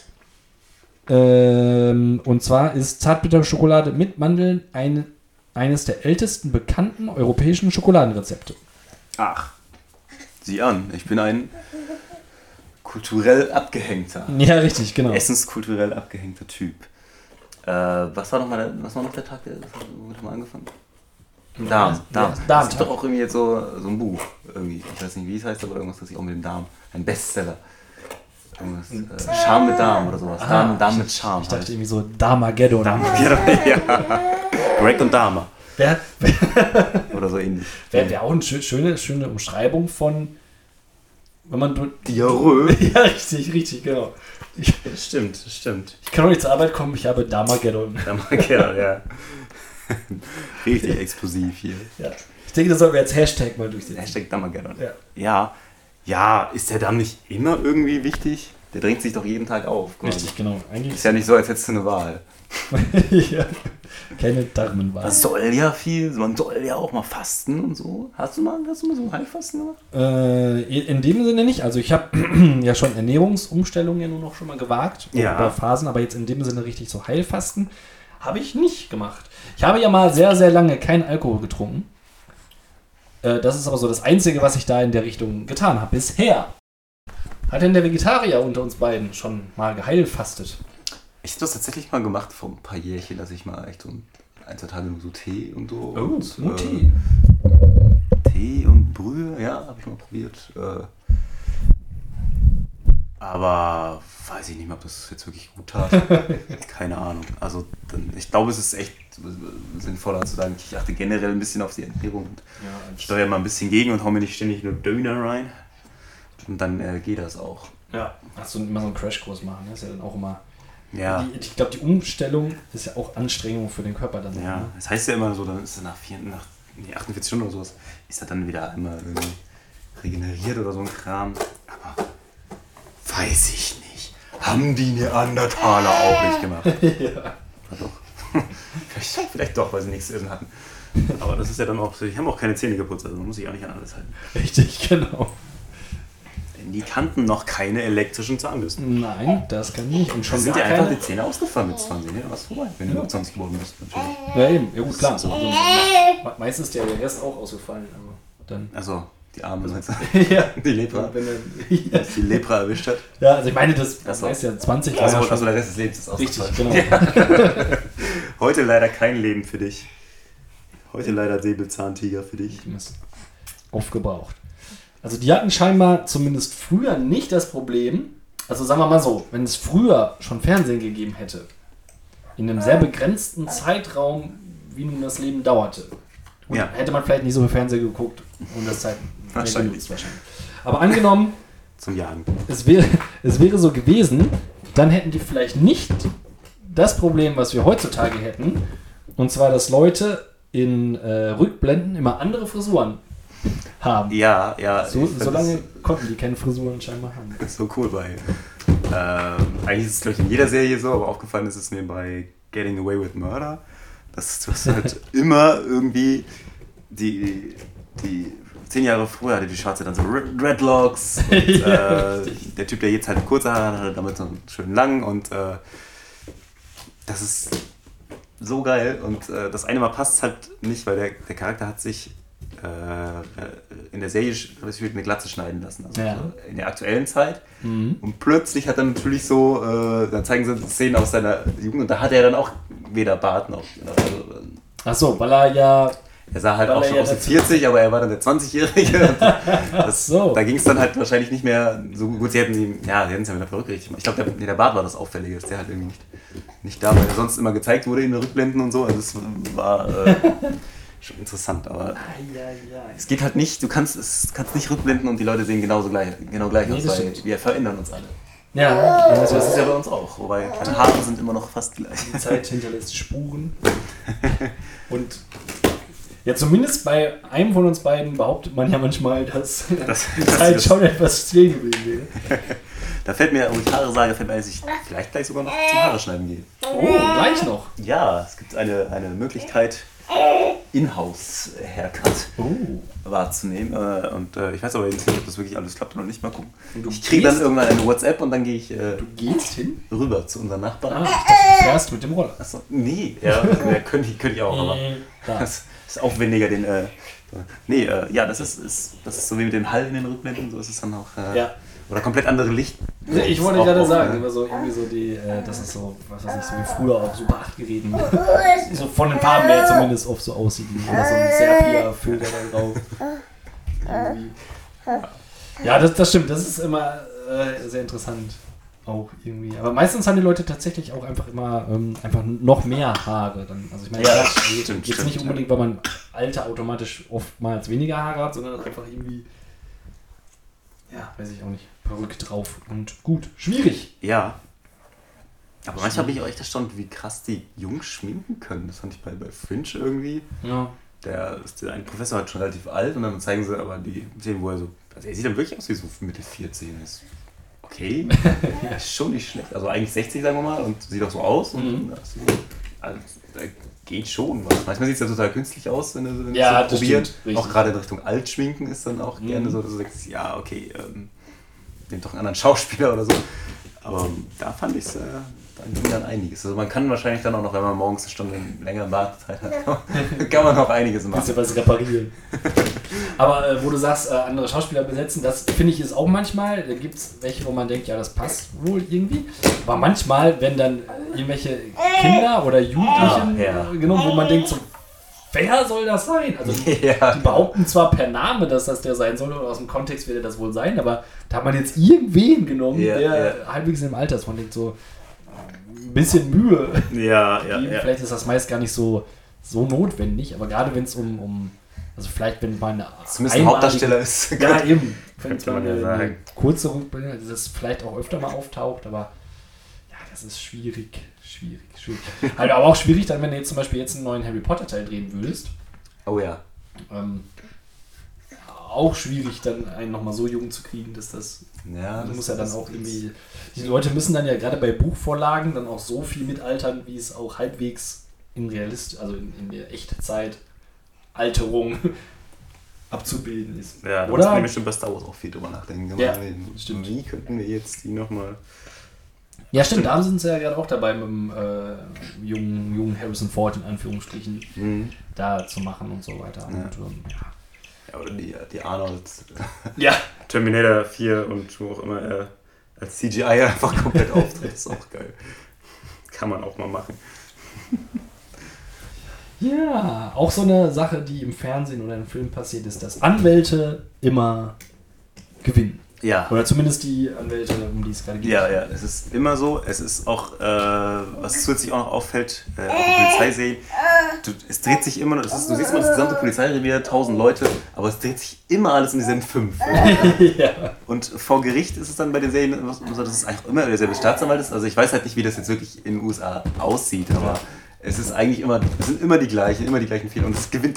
Und zwar ist Zartbitterschokolade mit Mandeln eines der ältesten bekannten europäischen Schokoladenrezepte. Ach, sieh an, ich bin ein kulturell abgehängter. Ja, richtig, genau. Essenskulturell abgehängter Typ. Was war noch der Tag, womit haben wir angefangen? Darm. Das ist doch auch irgendwie jetzt so ein Buch. Irgendwie. Ich weiß nicht, wie es heißt, aber irgendwas, das sich auch mit dem Darm. Ein Bestseller. Charme mit Darm oder sowas. Darm mit Charme. Ich dachte irgendwie so Darmageddon. Ja. Greg und Dahmer. Oder so ähnlich. Wäre auch eine schöne Umschreibung von, wenn man... Diarrhoe. Ja, richtig, genau. Stimmt. Ich kann auch nicht zur Arbeit kommen, ich habe Darmageddon. Darmageddon, ja. Richtig explosiv hier. Ja. Ich denke, das sollten wir als Hashtag mal durchsetzen. Hashtag Darmageddon. Ja, ist der Darm nicht immer irgendwie wichtig? Der drängt sich doch jeden Tag auf. Quasi. Richtig, genau. Eigentlich ist ja nicht so, als hättest du eine Wahl. Ja, keine Darmenwahl. Das soll ja viel, man soll ja auch mal fasten und so. Hast du mal so Heilfasten gemacht? In dem Sinne nicht. Also ich habe ja schon Ernährungsumstellungen ja nur noch schon mal gewagt. Über Phasen, aber jetzt in dem Sinne richtig so Heilfasten habe ich nicht gemacht. Ich habe ja mal sehr, sehr lange keinen Alkohol getrunken. Das ist aber so das Einzige, was ich da in der Richtung getan habe. Bisher. Hat denn der Vegetarier unter uns beiden schon mal geheilfastet? Ich habe das tatsächlich mal gemacht vor ein paar Jährchen, dass ich mal echt so 1-2 Tage nur so Tee und so. Nur Tee. Tee und Brühe, ja, habe ich mal probiert. Aber weiß ich nicht mehr, ob das jetzt wirklich gut tat. Keine Ahnung. Also ich glaube, es ist echt sinnvoller zu sagen, ich achte generell ein bisschen auf die Ernährung und steuere mal ein bisschen gegen und hau mir nicht ständig nur Döner rein. Und dann geht das auch. Ja, hast du immer so einen Crashkurs machen, das ist ja dann auch immer... Ja. Ich glaube, die Umstellung ist ja auch Anstrengung für den Körper dann. Ja, das heißt ja immer so, dann ist er nach 48 Stunden oder sowas, ist er dann wieder einmal irgendwie regeneriert oder so ein Kram. Aber weiß ich nicht. Haben die Neandertaler auch nicht gemacht. Ja. Ja, doch. Vielleicht doch, weil sie nichts zu essen hatten. Aber das ist ja dann auch, die haben auch keine Zähne geputzt, also muss ich auch nicht an alles halten. Richtig, genau. Denn die kannten noch keine elektrischen Zahnbürsten. Nein, das kann ich nicht. Und schon sind gar ja einfach keine. die Zähne ausgefallen mit 20, ne? Was vorbei, wenn du über 20 geworden bist, natürlich. Ja, eben. Ja, gut, klar. So. Meistens ist der Rest auch ausgefallen. Aber dann. Also, die Arme, Ja. die Lepra. Dass die Lepra erwischt hat. Ja, also ich meine, das Achso. heißt ja 20 Also, war ja schon der Rest des Lebens ist ausgefallen. richtig, genau. Heute leider kein Leben für dich. Heute leider Säbelzahntiger für dich. Aufgebraucht. Also die hatten scheinbar zumindest früher nicht das Problem, also sagen wir mal so, wenn es früher schon Fernsehen gegeben hätte, in einem sehr begrenzten Zeitraum, wie nun das Leben dauerte, und hätte man vielleicht nicht so viel Fernsehen geguckt und das Zeit wahrscheinlich. Aber angenommen, zum Jagen. es wäre so gewesen, dann hätten die vielleicht nicht das Problem, was wir heutzutage hätten, und zwar, dass Leute in Rückblenden immer andere Frisuren haben. Ja. So lange konnten die keine Frisuren scheinbar haben. Das ist so cool bei. Eigentlich ist es, glaube ich, in jeder Serie so, aber aufgefallen ist es mir bei Getting Away with Murder, dass du halt immer irgendwie die 10 Jahre früher hatte die Schwarze dann so Dreadlocks und der Typ, der jetzt halt kurze Haare hatte, damit so schön lang und das ist so geil und das eine Mal passt halt nicht, weil der Charakter hat sich in der Serie eine Glatze schneiden lassen, also in der aktuellen Zeit. Und plötzlich hat er natürlich so, dann zeigen sie Szenen aus seiner Jugend und da hat er dann auch weder Bart noch. Ach so, weil er ja. Er sah halt auch schon aus wie 40, aber er war dann der 20-Jährige. Da ging es dann halt wahrscheinlich nicht mehr so gut. Sie hätten es ja wieder verrückt richtig gemacht. Ich glaube, der Bart war das Auffällige, dass der halt irgendwie nicht da war, weil er sonst immer gezeigt wurde in den Rückblenden und so. Also es war schon interessant, aber es geht halt nicht, du kannst nicht rückblenden und die Leute sehen genau gleich aus, weil wir verändern uns alle. Ja, das ist ja bei uns auch, wobei meine Haare sind immer noch fast gleich. Die Zeit hinterlässt Spuren. Und ja, zumindest bei einem von uns beiden behauptet man ja manchmal, dass die Zeit schon etwas stehen geblieben wäre. Da fällt mir, wo ich Haare sage, dass ich vielleicht gleich sogar noch zum Haare schneiden gehe. Oh, gleich noch? Ja, es gibt eine Möglichkeit, In-House-Haircut wahrzunehmen. Und ich weiß aber nicht, ob das wirklich alles klappt oder nicht. Mal gucken. Ich kriege dann irgendwann eine WhatsApp und dann gehe ich du gehst hin? Rüber zu unseren Nachbarn. Ich dachte, du fährst mit dem Roller. Achso, nee, könnte ich auch, aber das ist aufwendiger. Das ist so wie mit dem Hall in den Rückblenden, so ist es dann auch. Oder komplett andere Licht. Ich wollte gerade sagen, immer so, irgendwie so das ist so, was weiß ich, so wie früher auf Super 8-Geräten. So von den Farben her zumindest oft so aussieht. Oder so ein Sepia-Filter da drauf. Ja, das stimmt, das ist immer sehr interessant. Auch irgendwie. Aber meistens haben die Leute tatsächlich auch einfach immer einfach noch mehr Haare. Dann. Also ich meine, jetzt nicht unbedingt, weil man Alter automatisch oftmals weniger Haare hat, sondern einfach irgendwie, weiß ich auch nicht, Perücke drauf und gut. Schwierig. Ja. Aber manchmal bin ich auch echt erstaunt, wie krass die Jungs schminken können. Das fand ich bei Fringe irgendwie. Ja. Der ein Professor halt schon relativ alt und dann zeigen sie aber die Szenen, wo er so. Also er sieht dann wirklich aus wie so Mitte 14 ist. Okay. Ist schon nicht schlecht. Also eigentlich 60, sagen wir mal, und sieht auch so aus. Und also, da geht schon was. Manchmal sieht es ja total künstlich aus, wenn du das so probiert. Auch gerade in Richtung Altschminken ist dann auch gerne so, dass du sagst, ja, okay, nimm doch einen anderen Schauspieler oder so. Aber da fand ich es, da ging dann einiges. Also man kann wahrscheinlich dann auch noch, wenn man morgens eine Stunde länger Wartezeit hat, kann man noch einiges machen. Bisschen was reparieren. Aber wo du sagst, andere Schauspieler besetzen, das finde ich ist auch manchmal, da gibt es welche, wo man denkt, ja, das passt wohl irgendwie. Aber manchmal, wenn dann irgendwelche Kinder oder Jugendlichen genommen, wo man denkt, so, wer soll das sein? Also die behaupten zwar per Name, dass das der sein soll, oder aus dem Kontext wird das wohl sein, aber da hat man jetzt irgendwen genommen, der halbwegs im Alter ist. Man denkt so, ein bisschen Mühe. Vielleicht ist das meist gar nicht so notwendig, aber gerade wenn es also vielleicht wenn man zumindest ein Hauptdarsteller ist. Ja, eben. Könnte man ja sagen. Kurze Rückblende, das vielleicht auch öfter mal auftaucht, aber ja, das ist schwierig. Halt aber auch schwierig dann, wenn du jetzt zum Beispiel einen neuen Harry Potter Teil drehen würdest. Oh ja. Auch schwierig, dann einen nochmal so jung zu kriegen, dass das... Ja, das muss ja dann auch irgendwie... Die Leute müssen dann ja gerade bei Buchvorlagen dann auch so viel mitaltern, wie es auch halbwegs also in der Echtzeit Alterung abzubilden ist. Ja, da oder? muss man bestimmt bei Star Wars auch viel drüber nachdenken. Ja, stimmt. Wie könnten wir jetzt die nochmal... Ja, stimmt, da sind sie ja gerade auch dabei, mit dem jungen Harrison Ford in Anführungsstrichen da zu machen und so weiter. Ja. Und, Ja, oder die Arnold ja. Terminator 4 und wo auch immer er als CGI einfach komplett auftritt, ist auch geil. Kann man auch mal machen. Ja, auch so eine Sache, die im Fernsehen oder im Film passiert ist, dass Anwälte immer gewinnen. Ja. Oder zumindest die Anwälte, um die es gerade geht. Ja, es ist immer so. Es ist auch, was zusätzlich auch noch auffällt, auf der Polizeiserie, es dreht sich immer, du siehst immer das gesamte Polizeirevier, 1000 Leute, aber es dreht sich immer alles um dieselben 5. Ja. Und vor Gericht ist es dann bei den Serien so, dass es eigentlich immer derselbe Staatsanwalt ist. Also ich weiß halt nicht, wie das jetzt wirklich in den USA aussieht, aber es ist eigentlich immer, es sind immer die gleichen Fehler und es gewinnt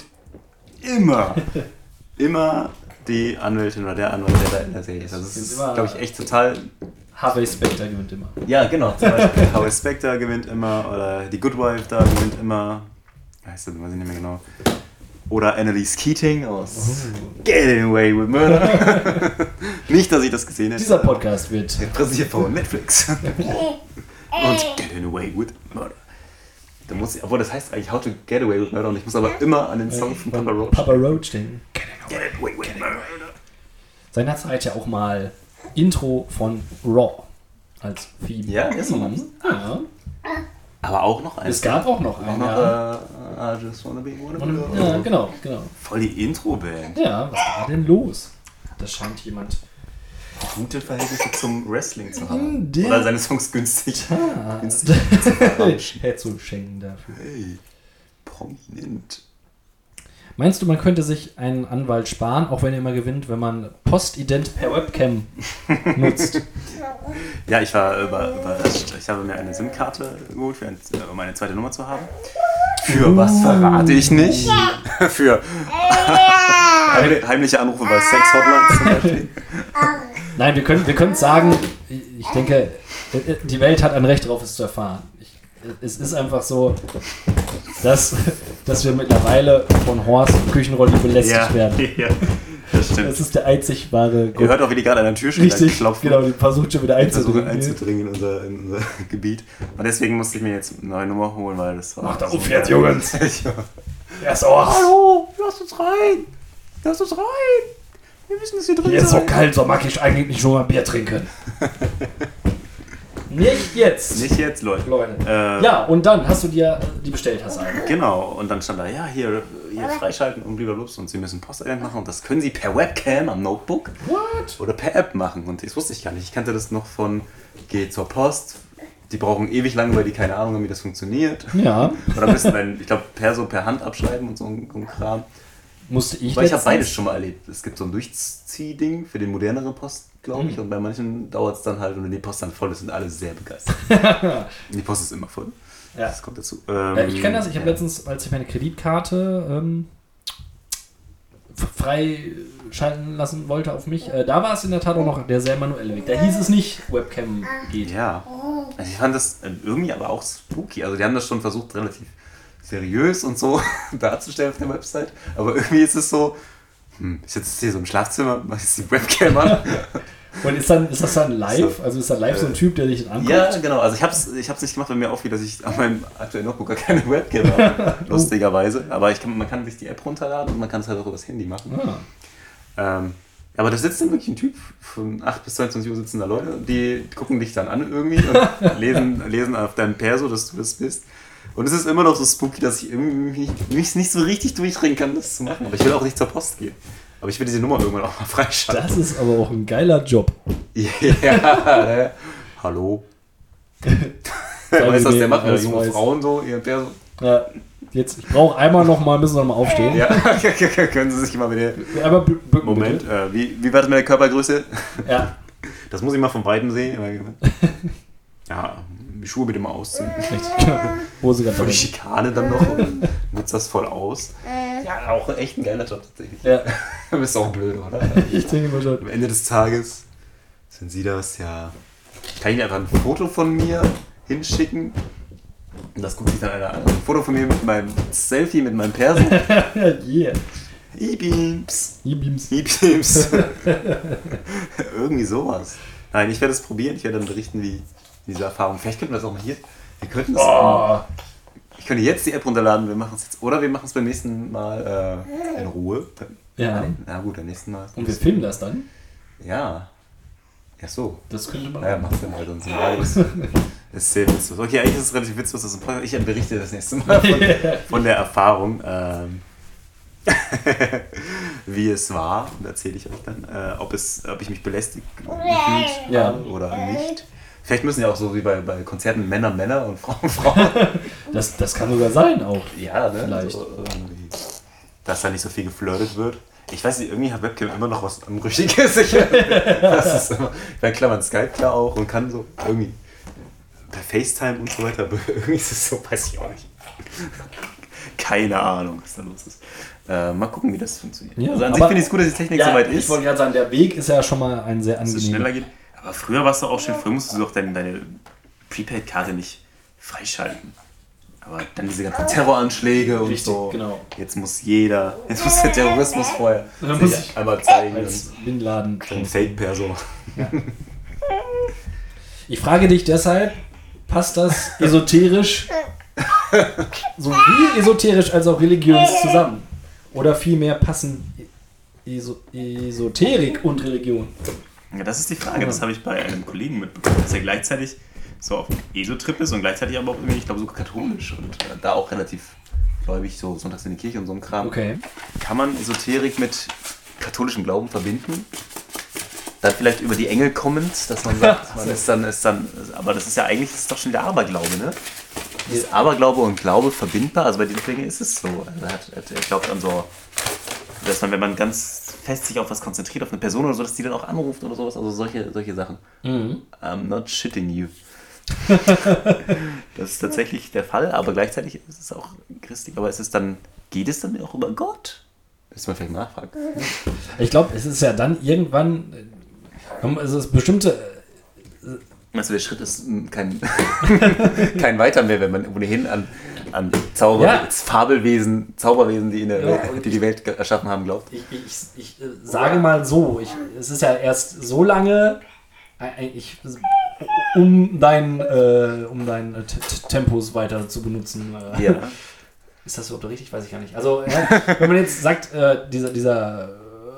immer die Anwältin oder der Anwalt, der da in der Serie ist. Also das ist, glaube ich, echt total... Harvey Specter gewinnt immer. Ja, genau. Zum Beispiel Harvey Specter gewinnt immer oder die Good Wife da gewinnt immer. Heißt das, weiß ich nicht mehr genau. Oder Annalise Keating aus Getting Away with Murder. Nicht, dass ich das gesehen hätte. Dieser Podcast wird präsentiert von Netflix. Und Getting Away with Murder. Da muss ich, obwohl das heißt eigentlich How to Get Away with Murder und ich muss aber immer an den Song von Papa Roach denken. Get Away with Murder. Seinerzeit ja auch mal Intro von Raw als Theme. Ja, ist so. Ja. Aber auch noch eins. Es gab auch noch einen. I just wanna be one of you. Ja, genau. Voll die Intro-Band. Ja, was war denn los? Das scheint jemand gute Verhältnisse zum Wrestling zu haben. Oder seine Songs günstig herzuschenken dafür. Hey, prominent. Meinst du, man könnte sich einen Anwalt sparen, auch wenn er immer gewinnt, wenn man Postident per Webcam nutzt? Ja, ich war überrascht. Ich habe mir eine SIM-Karte geholt, um eine zweite Nummer zu haben. Für was verrate ich nicht? Für heimliche Anrufe bei Sex-Hotlines zum Beispiel. Nein, wir können sagen, ich denke, die Welt hat ein Recht darauf, es zu erfahren. Es ist einfach so, dass wir mittlerweile von Horst Küchenrolli belästigt werden. Ja, das stimmt. Das ist der einzig wahre Grund. Ihr hört auch, wie die gerade an der Tür klopfen. Genau, die versucht schon wieder einzudringen in unser Gebiet. Und deswegen musste ich mir jetzt eine neue Nummer holen, weil das war... Macht da auf jetzt, Jungs! Er ist auch... Hallo, lass uns rein! Wir müssen das hier drin sein. Hier ist so kalt, so mag ich eigentlich schon mal Bier trinken. Nicht jetzt, Leute. Ja, und dann hast du dir die bestellt, hast du eigentlich. Genau, und dann stand da, ja, hier freischalten und blablabla und Sie müssen Postident machen und das können Sie per Webcam am Notebook oder per App machen. Und das wusste ich gar nicht. Ich kannte das noch von, geh zur Post, die brauchen ewig lange, weil die keine Ahnung haben, wie das funktioniert. Ja. Oder müssen dann, ich glaube, per Hand abschreiben und so ein Kram. Musste ich Weil ich habe beides schon mal erlebt. Es gibt so ein Durchziehding für den moderneren Post, glaube ich. Und bei manchen dauert es dann halt, und wenn die Post dann voll ist, sind alle sehr begeistert. Die Post ist immer voll. Ja. Das kommt dazu. Ich kenne das. Ich habe letztens, als ich meine Kreditkarte freischalten lassen wollte auf mich, da war es in der Tat auch noch der sehr manuelle Weg. Da hieß es nicht, Webcam geht. Ja. Also ich fand das irgendwie aber auch spooky. Also die haben das schon versucht, relativ seriös und so darzustellen auf der Website. Aber irgendwie ist es so, ich sitze jetzt hier so im Schlafzimmer, mach jetzt die Webcam an. Und ist das dann live? Also ist da live so ein Typ, der dich dann anguckt? Ja, genau. Also ich hab's nicht gemacht, weil mir auffiel, dass ich an meinem aktuellen Notebook gar keine Webcam habe. Lustigerweise. Aber man kann sich die App runterladen und man kann es halt auch über das Handy machen. Aber da sitzt dann wirklich ein Typ, von 8 bis 22 Uhr sitzen da Leute, die gucken dich dann an irgendwie und lesen auf deinem Perso, dass du das bist. Und es ist immer noch so spooky, dass ich irgendwie mich nicht so richtig durchringen kann, das zu machen. Aber ich will auch nicht zur Post gehen. Aber ich will diese Nummer irgendwann auch mal freischalten. Das ist aber auch ein geiler Job. Ja, hallo. Weißt du, was der macht? Junge Frauen so, ihr Perso. Ja, jetzt, ich brauche einmal müssen wir noch mal aufstehen. Ja, können Sie sich mal bitte... Aber bücken Moment, wie war das mit der Körpergröße? Ja. Das muss ich mal von Weitem sehen. Ja, die Schuhe bitte mal ausziehen. Hose für die Schikane dann noch und nutzt das voll aus. Ja, auch echt ein geiler Job tatsächlich. Ja. Du bist auch blöd, oder? Ich denke mal schon. Am Ende des Tages sind Sie das, ja. Kann ich Ihnen einfach ein Foto von mir hinschicken Und das guckt sich dann ein Foto von mir mit meinem Selfie, mit meinem Perso. Yeah. E-Beams. E-Beams. E-Beams. Irgendwie sowas. Nein, ich werde es probieren. Ich werde dann berichten, wie diese Erfahrung. Vielleicht könnten wir das auch mal hier. Wir könnten es. Ich könnte jetzt die App runterladen. Wir machen es jetzt. Oder wir machen es beim nächsten Mal in Ruhe. Ja. Na gut, beim nächsten Mal. Und wir filmen das dann? Ja. Ja, so. Das könnte man. Ja, mach's dann halt uns ist sehr witzlos. Okay, eigentlich ist es relativ witzlos, dass ich berichte das nächste Mal von der Erfahrung, wie es war. Und erzähle ich euch dann, ob ich mich belästigt gefühlt habe oder nicht. Vielleicht müssen ja auch so wie bei Konzerten Männer und Frauen. Das kann sogar sein auch. Ja, ne? Vielleicht. So, dass da nicht so viel geflirtet wird. Ich weiß nicht, irgendwie hat Webcam immer noch was Anrüchiges. Das ist immer, bei Klammern Skype klar auch und kann so irgendwie per FaceTime und so weiter, aber irgendwie ist es so, weiß ich auch nicht. Keine Ahnung, was da los ist. Mal gucken, wie das funktioniert. Ja, also an sich finde ich es gut, dass die Technik soweit ist. Ich wollte gerade sagen, der Weg ist ja schon mal ein sehr dass es angenehmer. schneller geht. Aber früher war es doch auch schön, früher musstest du doch deine Prepaid-Karte nicht freischalten. Aber dann diese ganzen Terroranschläge und Richtig, so. genau. Jetzt muss der Terrorismus vorher sich einmal zeigen. Als Bin Laden. Ein Fake-Perso. Ja. Ich frage dich deshalb, passt das esoterisch, sowohl esoterisch als auch religiös zusammen? Oder vielmehr passen Esoterik und Religion? Ja, das ist die Frage. Das habe ich bei einem Kollegen mitbekommen, dass er gleichzeitig so auf ESO-Trip ist und gleichzeitig aber auch irgendwie, ich glaube, so katholisch und da auch relativ gläubig, so sonntags in die Kirche und so ein Kram. Okay. Kann man Esoterik mit katholischem Glauben verbinden? Dann vielleicht über die Engel kommend, dass man sagt, man ist dann, aber das ist ja eigentlich, das ist doch schon der Aberglaube, ne? Ist Aberglaube und Glaube verbindbar? Also bei diesen Dingen ist es so. Also er glaubt an so, dass man, wenn man ganz fest sich auf was konzentriert, auf eine Person oder so, dass die dann auch anruft oder sowas, also solche Sachen. Mhm. I'm not shitting you. Das ist tatsächlich der Fall, aber gleichzeitig ist es auch christlich. Aber geht es dann auch über Gott? Müssen wir vielleicht nachfragen. Ich glaube, es ist ja dann irgendwann, es ist bestimmte... Meinst du, der Schritt ist kein weiter mehr, wenn man ohnehin an Fabelwesen, Zauberwesen, die die Welt erschaffen haben, glaubt? Ich sage mal so, es ist ja erst so lange, um dein Tempos weiter zu benutzen. Ja. Ist das überhaupt richtig? Weiß ich gar nicht. Also, wenn man jetzt sagt, dieser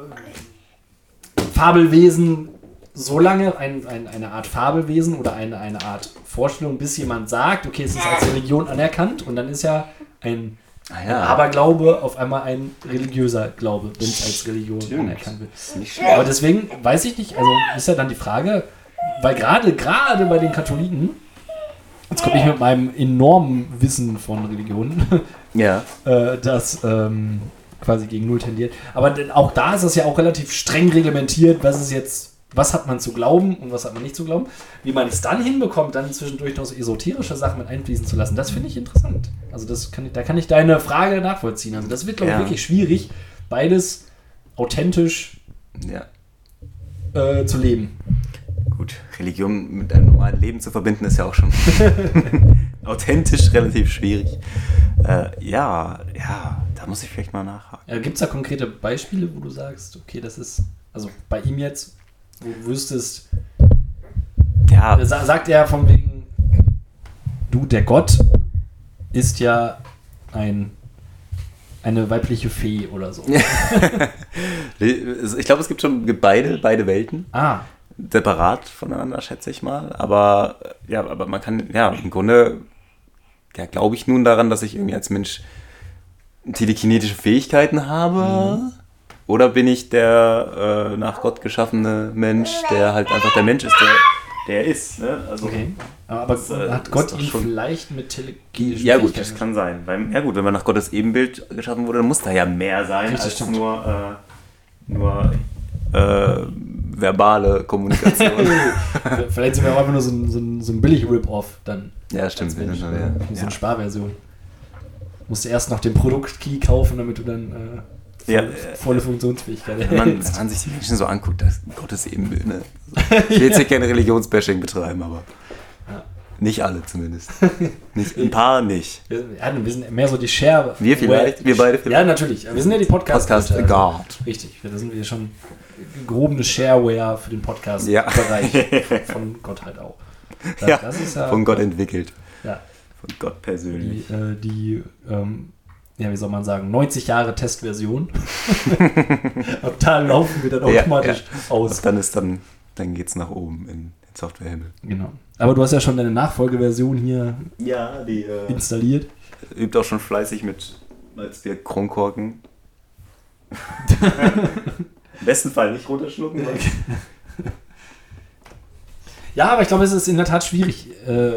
Fabelwesen, so lange eine Art Fabelwesen oder eine Art Vorstellung, bis jemand sagt, okay, es ist als Religion anerkannt und dann ist ja ein Aberglaube auf einmal ein religiöser Glaube, wenn es als Religion anerkannt wird. Aber deswegen weiß ich nicht, also ist ja dann die Frage, weil gerade bei den Katholiken, jetzt komme ich mit meinem enormen Wissen von Religionen, das quasi gegen Null tendiert, aber auch da ist es ja auch relativ streng reglementiert, was hat man zu glauben und was hat man nicht zu glauben. Wie man es dann hinbekommt, dann zwischendurch noch so esoterische Sachen mit einfließen zu lassen, das finde ich interessant. Also da kann ich deine Frage nachvollziehen. Also das wird, glaube ich, wirklich schwierig, beides authentisch zu leben. Gut, Religion mit einem normalen Leben zu verbinden, ist ja auch schon authentisch relativ schwierig. Da muss ich vielleicht mal nachhaken. Gibt es da konkrete Beispiele, wo du sagst, okay, das ist, also bei ihm jetzt, wo du wüsstest, sagt er von wegen, der Gott ist ja eine weibliche Fee oder so. Ich glaube, es gibt beide Welten. Separat voneinander, schätze ich mal. Aber man kann, im Grunde, glaube ich nun daran, dass ich irgendwie als Mensch telekinetische Fähigkeiten habe. Oder bin ich der nach Gott geschaffene Mensch, der halt einfach der Mensch ist, der ist. Ne? Also, okay. Aber hat Gott ihn vielleicht mit telekinetischen Ja gut, das kann sein. Wenn man nach Gottes Ebenbild geschaffen wurde, dann muss da ja mehr sein als nur verbale Kommunikation. Vielleicht sind wir auch einfach nur so ein billig Rip-Off dann. Ja, stimmt. So eine Sparversion. Musst du erst noch den Produkt-Key kaufen, damit du dann volle Funktionsfähigkeit hast. Wenn man sich die Menschen so anguckt, das ist Gottes Ebenbild. Ne? Ich will jetzt hier kein Religionsbashing betreiben, aber Nicht alle zumindest. Nicht, ein paar nicht. Wir sind mehr so die Share. Wir vielleicht, wir beide vielleicht. Ja, natürlich. Wir sind ja die Podcast God. Richtig, da sind wir schon gehobene Shareware für den Podcast-Bereich von Gott halt auch. Das ist von Gott entwickelt. Ja. Von Gott persönlich. Wie soll man sagen, 90 Jahre Testversion. Ab da laufen wir dann automatisch aus. Und dann geht's nach oben in den Softwarehimmel. Genau. Aber du hast ja schon deine Nachfolgeversion hier installiert. Übt auch schon fleißig mit Malzbier Kronkorken. Im besten Fall nicht runterschlucken. Ja, aber ich glaube, es ist in der Tat schwierig,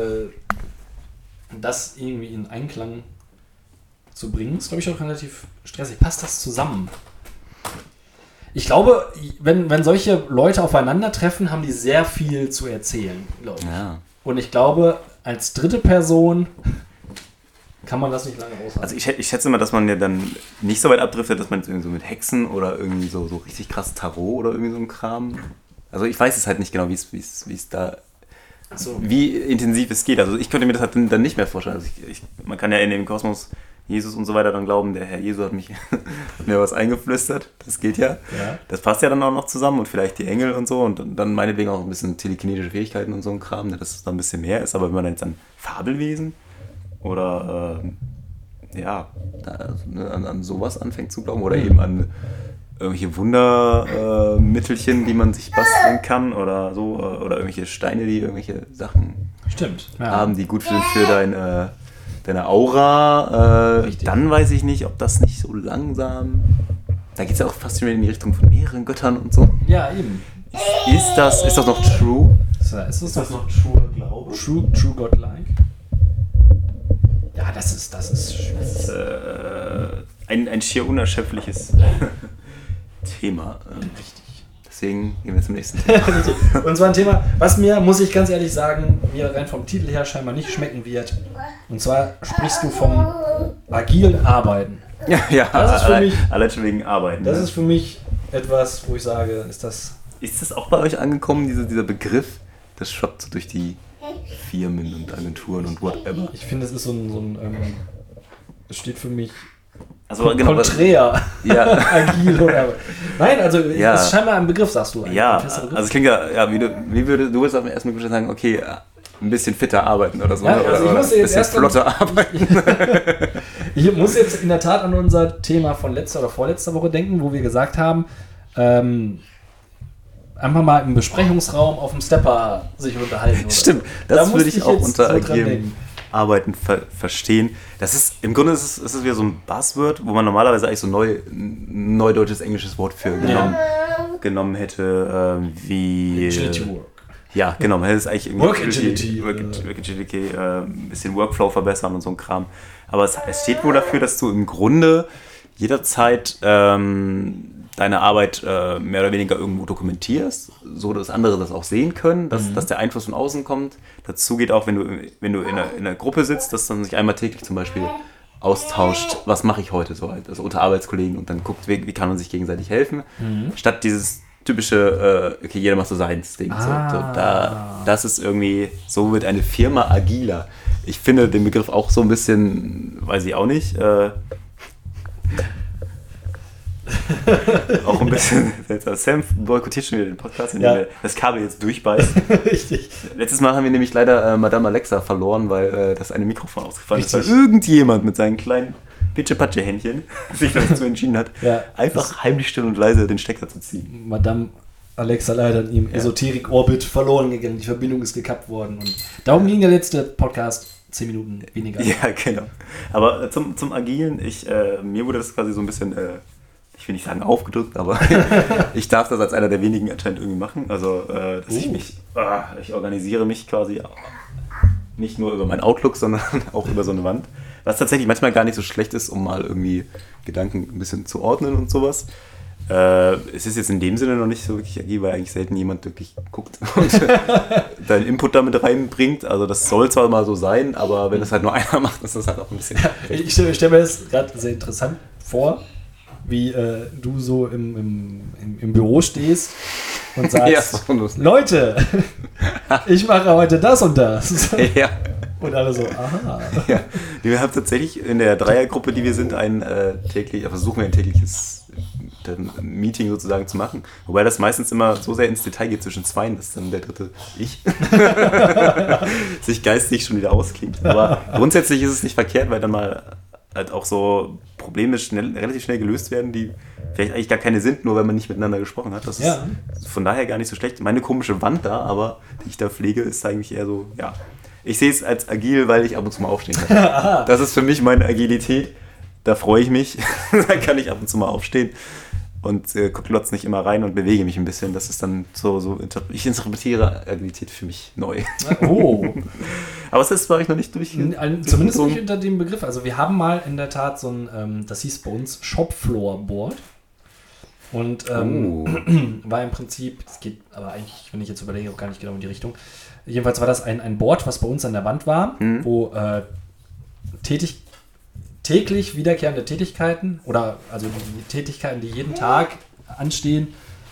das irgendwie in Einklang zu bringen. Das ist, glaube ich, auch relativ stressig. Passt das zusammen? Ich glaube, wenn solche Leute aufeinandertreffen, haben die sehr viel zu erzählen, glaube ich. Ja. Und ich glaube, als dritte Person kann man das nicht lange aushalten. Also ich schätze mal, dass man ja dann nicht so weit abdriftet, dass man jetzt irgendwie so mit Hexen oder irgendwie so richtig krass Tarot oder irgendwie so ein Kram. Also ich weiß es halt nicht genau, wie es da, wie intensiv es geht. Also ich könnte mir das halt dann nicht mehr vorstellen. Also man kann ja in dem Kosmos Jesus und so weiter dann glauben, der Herr Jesu hat mir was eingeflüstert. Das geht ja. Das passt ja dann auch noch zusammen und vielleicht die Engel und so und dann meinetwegen auch ein bisschen telekinetische Fähigkeiten und so ein Kram, dass es da ein bisschen mehr ist. Aber wenn man jetzt an Fabelwesen oder an sowas anfängt zu glauben oder eben an irgendwelche Wundermittelchen, die man sich basteln kann oder so, oder irgendwelche Steine, die irgendwelche Sachen haben, die gut sind für deine Aura, dann weiß ich nicht, ob das nicht so langsam, da geht es ja auch fast schon wieder in die Richtung von mehreren Göttern und so. Ja, eben. Ist das noch true? Ist das noch true Glaube? True Godlike? Ja, das ist ein schier unerschöpfliches Thema. Richtig. Deswegen gehen wir zum nächsten Thema. Und zwar ein Thema, was mir, muss ich ganz ehrlich sagen, mir rein vom Titel her scheinbar nicht schmecken wird. Und zwar sprichst du vom agilen Arbeiten. Ja, das ist für mich, allein schon wegen Arbeiten. Das ist für mich etwas, wo ich sage, ist das auch bei euch angekommen, dieser Begriff? Das schwappt so durch die Firmen und Agenturen und whatever. Ich finde, es ist es steht für mich konträr. Agil oder. Nein, also es ist scheinbar ein Begriff, sagst du. Also es klingt wie würdest du jetzt am ersten Mal sagen, okay, ein bisschen fitter arbeiten oder so. Ja, also oder ein bisschen flotter arbeiten. Ich muss jetzt in der Tat an unser Thema von letzter oder vorletzter Woche denken, wo wir gesagt haben, einfach mal im Besprechungsraum auf dem Stepper sich unterhalten. Stimmt, das würde ich auch unter agilem Arbeiten verstehen. Das ist, im Grunde ist es wieder so ein Buzzword, wo man normalerweise eigentlich so neudeutsches, englisches Wort für genommen hätte, wie... Agility Work. Ja, genau, man hätte es eigentlich irgendwie... Work Agility. Work Agility, ein bisschen Workflow verbessern und so ein Kram. Aber es steht wohl dafür, dass du im Grunde jederzeit deine Arbeit mehr oder weniger irgendwo dokumentierst, so dass andere das auch sehen können, dass der Einfluss von außen kommt. Dazu geht auch, wenn du in einer Gruppe sitzt, dass dann sich einmal täglich zum Beispiel austauscht, was mache ich heute so halt, also unter Arbeitskollegen und dann guckt, wie kann man sich gegenseitig helfen, statt dieses typische, okay, jeder macht so seins Ding. Das ist irgendwie, so wird eine Firma agiler. Ich finde den Begriff auch so ein bisschen, weiß ich auch nicht, auch ein bisschen seltsam. Sam boykottiert schon wieder den Podcast, indem er das Kabel jetzt durchbeißt. Richtig. Letztes Mal haben wir nämlich leider Madame Alexa verloren, weil das eine Mikrofon ausgefallen ist. Weil Richtig. irgendjemand mit seinen kleinen Pitsche-Patsche-Händchen sich dazu entschieden hat, einfach heimlich still und leise den Stecker zu ziehen. Madame Alexa leider in ihrem Esoterik-Orbit verloren gegangen. Die Verbindung ist gekappt worden. Und darum ging der letzte Podcast 10 Minuten weniger. Ja, genau. Aber zum Agilen, mir wurde das quasi so ein bisschen... ich will nicht sagen aufgedrückt, aber ich darf das als einer der wenigen anscheinend irgendwie machen. Also, dass ich organisiere mich quasi nicht nur über mein Outlook, sondern auch über so eine Wand. Was tatsächlich manchmal gar nicht so schlecht ist, um mal irgendwie Gedanken ein bisschen zu ordnen und sowas. Es ist jetzt in dem Sinne noch nicht so wirklich agil, weil eigentlich selten jemand wirklich guckt und deinen Input damit reinbringt. Also das soll zwar mal so sein, aber wenn das halt nur einer macht, ist das halt auch ein bisschen... Ich stelle mir das gerade sehr interessant vor, wie du so im Büro stehst und sagst, Leute, ich mache heute das und das. Ja. Und alle so, aha. Ja. Wir haben tatsächlich in der Dreiergruppe, die wir sind, versuchen wir ein tägliches Meeting sozusagen zu machen. Wobei das meistens immer so sehr ins Detail geht zwischen zweien, dass dann der dritte, ich, sich geistig schon wieder ausklingt. Aber grundsätzlich ist es nicht verkehrt, weil dann mal halt auch so Probleme relativ schnell gelöst werden, die vielleicht eigentlich gar keine sind, nur weil man nicht miteinander gesprochen hat. Das ist von daher gar nicht so schlecht. Meine komische Wand da, aber die ich da pflege, ist eigentlich eher so, ja. Ich sehe es als agil, weil ich ab und zu mal aufstehen kann. Das ist für mich meine Agilität. Da freue ich mich. Da kann ich ab und zu mal aufstehen und glotze nicht immer rein und bewege mich ein bisschen. Das ist dann ich interpretiere Agilität für mich neu. Oh. Aber es ist bei euch noch nicht durch. Zumindest nicht unter dem Begriff. Also wir haben mal in der Tat so ein, das hieß bei uns Shopfloor-Board. Und war im Prinzip, es geht aber eigentlich, wenn ich jetzt überlege, auch gar nicht genau in die Richtung. Jedenfalls war das ein Board, was bei uns an der Wand war, wo täglich wiederkehrende Tätigkeiten oder also die Tätigkeiten, die jeden Tag anstehen,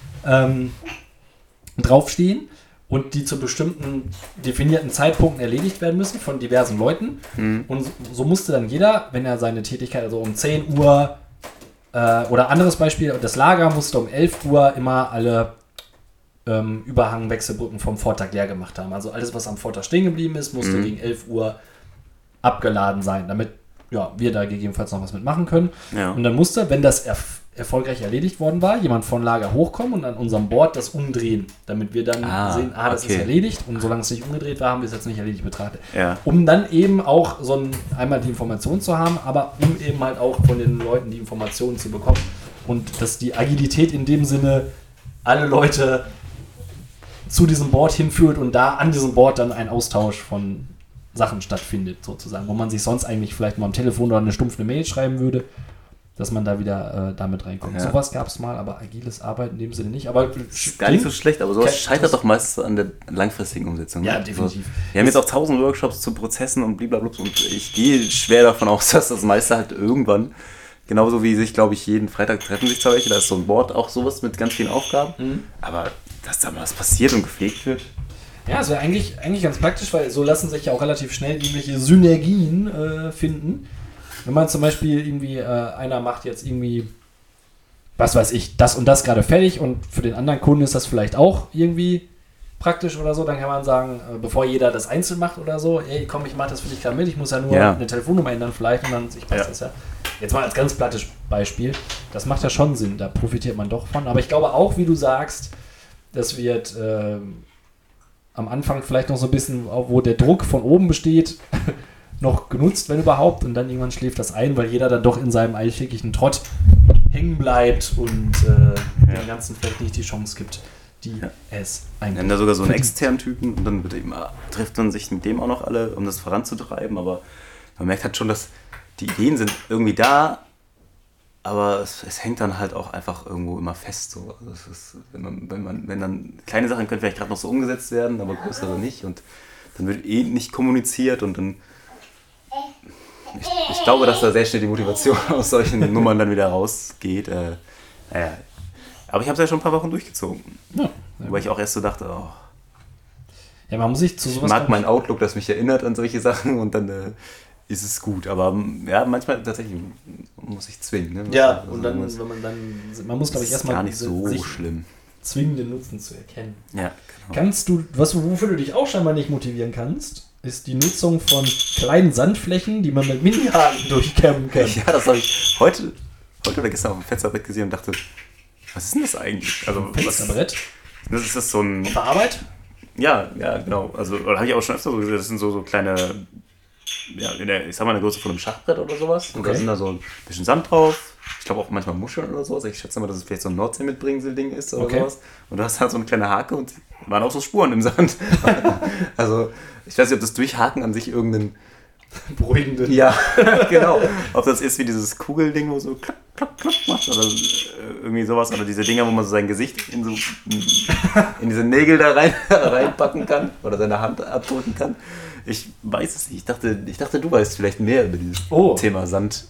draufstehen und die zu bestimmten definierten Zeitpunkten erledigt werden müssen von diversen Leuten. Und so musste dann jeder, wenn er seine Tätigkeit, also um 10 Uhr oder anderes Beispiel, das Lager musste um 11 Uhr immer alle Überhangwechselbrücken vom Vortag leer gemacht haben. Also alles, was am Vortag stehen geblieben ist, musste gegen 11 Uhr abgeladen sein, damit wir da gegebenenfalls noch was mitmachen können. Ja. Und dann musste, wenn das erfolgreich erledigt worden war, jemand von Lager hochkommen und an unserem Board das umdrehen, damit wir dann sehen, das ist erledigt und solange es nicht umgedreht war, haben wir es jetzt nicht erledigt betrachtet. Ja. Um dann eben auch einmal die Informationen zu haben, aber um eben halt auch von den Leuten die Informationen zu bekommen und dass die Agilität in dem Sinne alle Leute zu diesem Board hinführt und da an diesem Board dann ein Austausch von Sachen stattfindet, sozusagen, wo man sich sonst eigentlich vielleicht mal am Telefon oder eine stumpfe Mail schreiben würde, dass man da wieder damit reinkommt. Ja. Sowas gab es mal, aber agiles Arbeiten in dem Sinne nicht. Aber ist gar nicht so schlecht, aber sowas scheitert doch meistens an der langfristigen Umsetzung. Ja, definitiv. Wir haben jetzt auch 1000 Workshops zu Prozessen und blablabla und ich gehe schwer davon aus, dass das meiste halt irgendwann, genauso wie sich, glaube ich, jeden Freitag treffen sich zwei welche, da ist so ein Board auch sowas mit ganz vielen Aufgaben, aber dass da mal was passiert und gepflegt wird. Ja, das wäre eigentlich ganz praktisch, weil so lassen sich ja auch relativ schnell irgendwelche Synergien finden. Wenn man zum Beispiel irgendwie, einer macht jetzt irgendwie, was weiß ich, das und das gerade fertig und für den anderen Kunden ist das vielleicht auch irgendwie praktisch oder so, dann kann man sagen, bevor jeder das einzeln macht oder so, ey, komm, ich mache das für dich gerade mit, ich muss ja nur eine Telefonnummer ändern vielleicht und dann, ich weiß das ja. Jetzt mal als ganz plattes Beispiel, das macht ja schon Sinn, da profitiert man doch von, aber ich glaube auch, wie du sagst, das wird am Anfang vielleicht noch so ein bisschen, wo der Druck von oben besteht, noch genutzt, wenn überhaupt, und dann irgendwann schläft das ein, weil jeder dann doch in seinem alltäglichen Trott hängen bleibt und dem Ganzen vielleicht nicht die Chance gibt, die es eigentlich. Wir haben da sogar so einen externen Typen und dann trifft man sich mit dem auch noch alle, um das voranzutreiben, aber man merkt halt schon, dass die Ideen sind irgendwie da, aber es hängt dann halt auch einfach irgendwo immer fest. So. Also es ist, wenn dann kleine Sachen können vielleicht gerade noch so umgesetzt werden, aber größere nicht und dann wird nicht kommuniziert und dann ich glaube, dass da sehr schnell die Motivation aus solchen Nummern dann wieder rausgeht. Aber ich habe es ja schon ein paar Wochen durchgezogen. Ja. Weil ich auch erst so dachte, ja, man muss sich zu sowas. Ich mag meinen Outlook, das mich erinnert an solche Sachen und dann ist es gut. Aber ja, manchmal tatsächlich muss ich zwingen. Ne? Ja, und dann, wenn man muss, glaube ich, erstmal gar nicht so schlimm. Zwingen, den Nutzen zu erkennen. Ja, genau. Kannst du, wofür du dich auch scheinbar nicht motivieren kannst, ist die Nutzung von kleinen Sandflächen, die man mit Mini-Haken durchkämmen kann. Ja, das habe ich heute oder gestern auf dem Fensterbrett gesehen und dachte, was ist denn das eigentlich? Also, Fensterbrett? Ist das so ein... Auf der Arbeit? Ja, genau. Also, oder habe ich auch schon öfter so gesehen, das sind so kleine, ich sag mal eine Größe von einem Schachbrett oder sowas. Und da sind da so ein bisschen Sand drauf. Ich glaube auch manchmal Muscheln oder sowas. Ich schätze mal, dass es vielleicht so ein Nordsee-Mitbringsel-Ding ist oder sowas. Und du hast halt so eine kleine Hake und waren auch so Spuren im Sand. Also, ich weiß nicht, ob das Durchhaken an sich irgendeinen beruhigenden... Ja, genau. Ob das ist wie dieses Kugelding, wo so klack, klack, klack macht oder irgendwie sowas. Oder diese Dinger, wo man so sein Gesicht in diese Nägel da reinpacken kann oder seine Hand abdrücken kann. Ich weiß es nicht. Ich dachte, du weißt vielleicht mehr über dieses Thema Sand.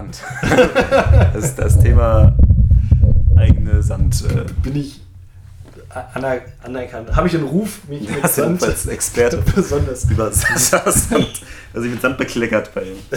Das ist das Thema eigene Sand. Bin ich anerkannt. Habe ich einen Ruf, mich mit Sand als Experte besonders über Sand, also ich mit Sand bekleckert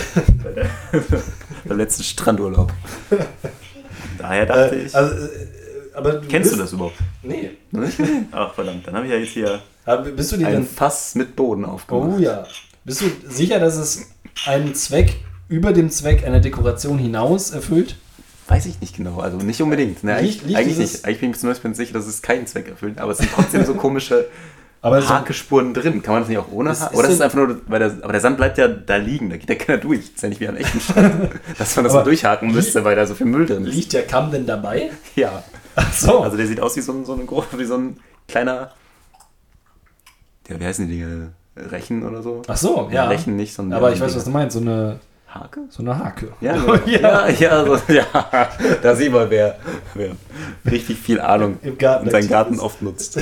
beim letzten Strandurlaub. Daher dachte ich. Aber kennst du das überhaupt? Nee. Ach verdammt, dann habe ich ja jetzt hier bist du dir ein Fass mit Boden aufgemacht. Oh ja. Bist du sicher, dass es einen Zweck über dem Zweck einer Dekoration hinaus erfüllt? Weiß ich nicht genau, also nicht unbedingt. Ne, eigentlich nicht. Eigentlich bin ich zum Beispiel sicher, dass es keinen Zweck erfüllt, aber es sind trotzdem so komische Hakespuren drin. Kann man das nicht auch ohne Haken? Oder ist es einfach nur, aber der Sand bleibt ja da liegen, da geht ja keiner durch. Das ist ja nicht wie an echten Strand, dass man das so durchhaken müsste, weil da so viel Müll drin ist. Liegt der Kamm denn dabei? Ja. Ach so. Also der sieht aus wie so ein kleiner, wie heißen die Dinge? Rechen oder so? Ach so, ja. Rechen nicht, sondern... Aber ich weiß, was du meinst, so eine... Hake? So eine Hake. Ja, genau. ja. Da sieht man, wer richtig viel Ahnung im Garten und seinen Garten oft nutzt.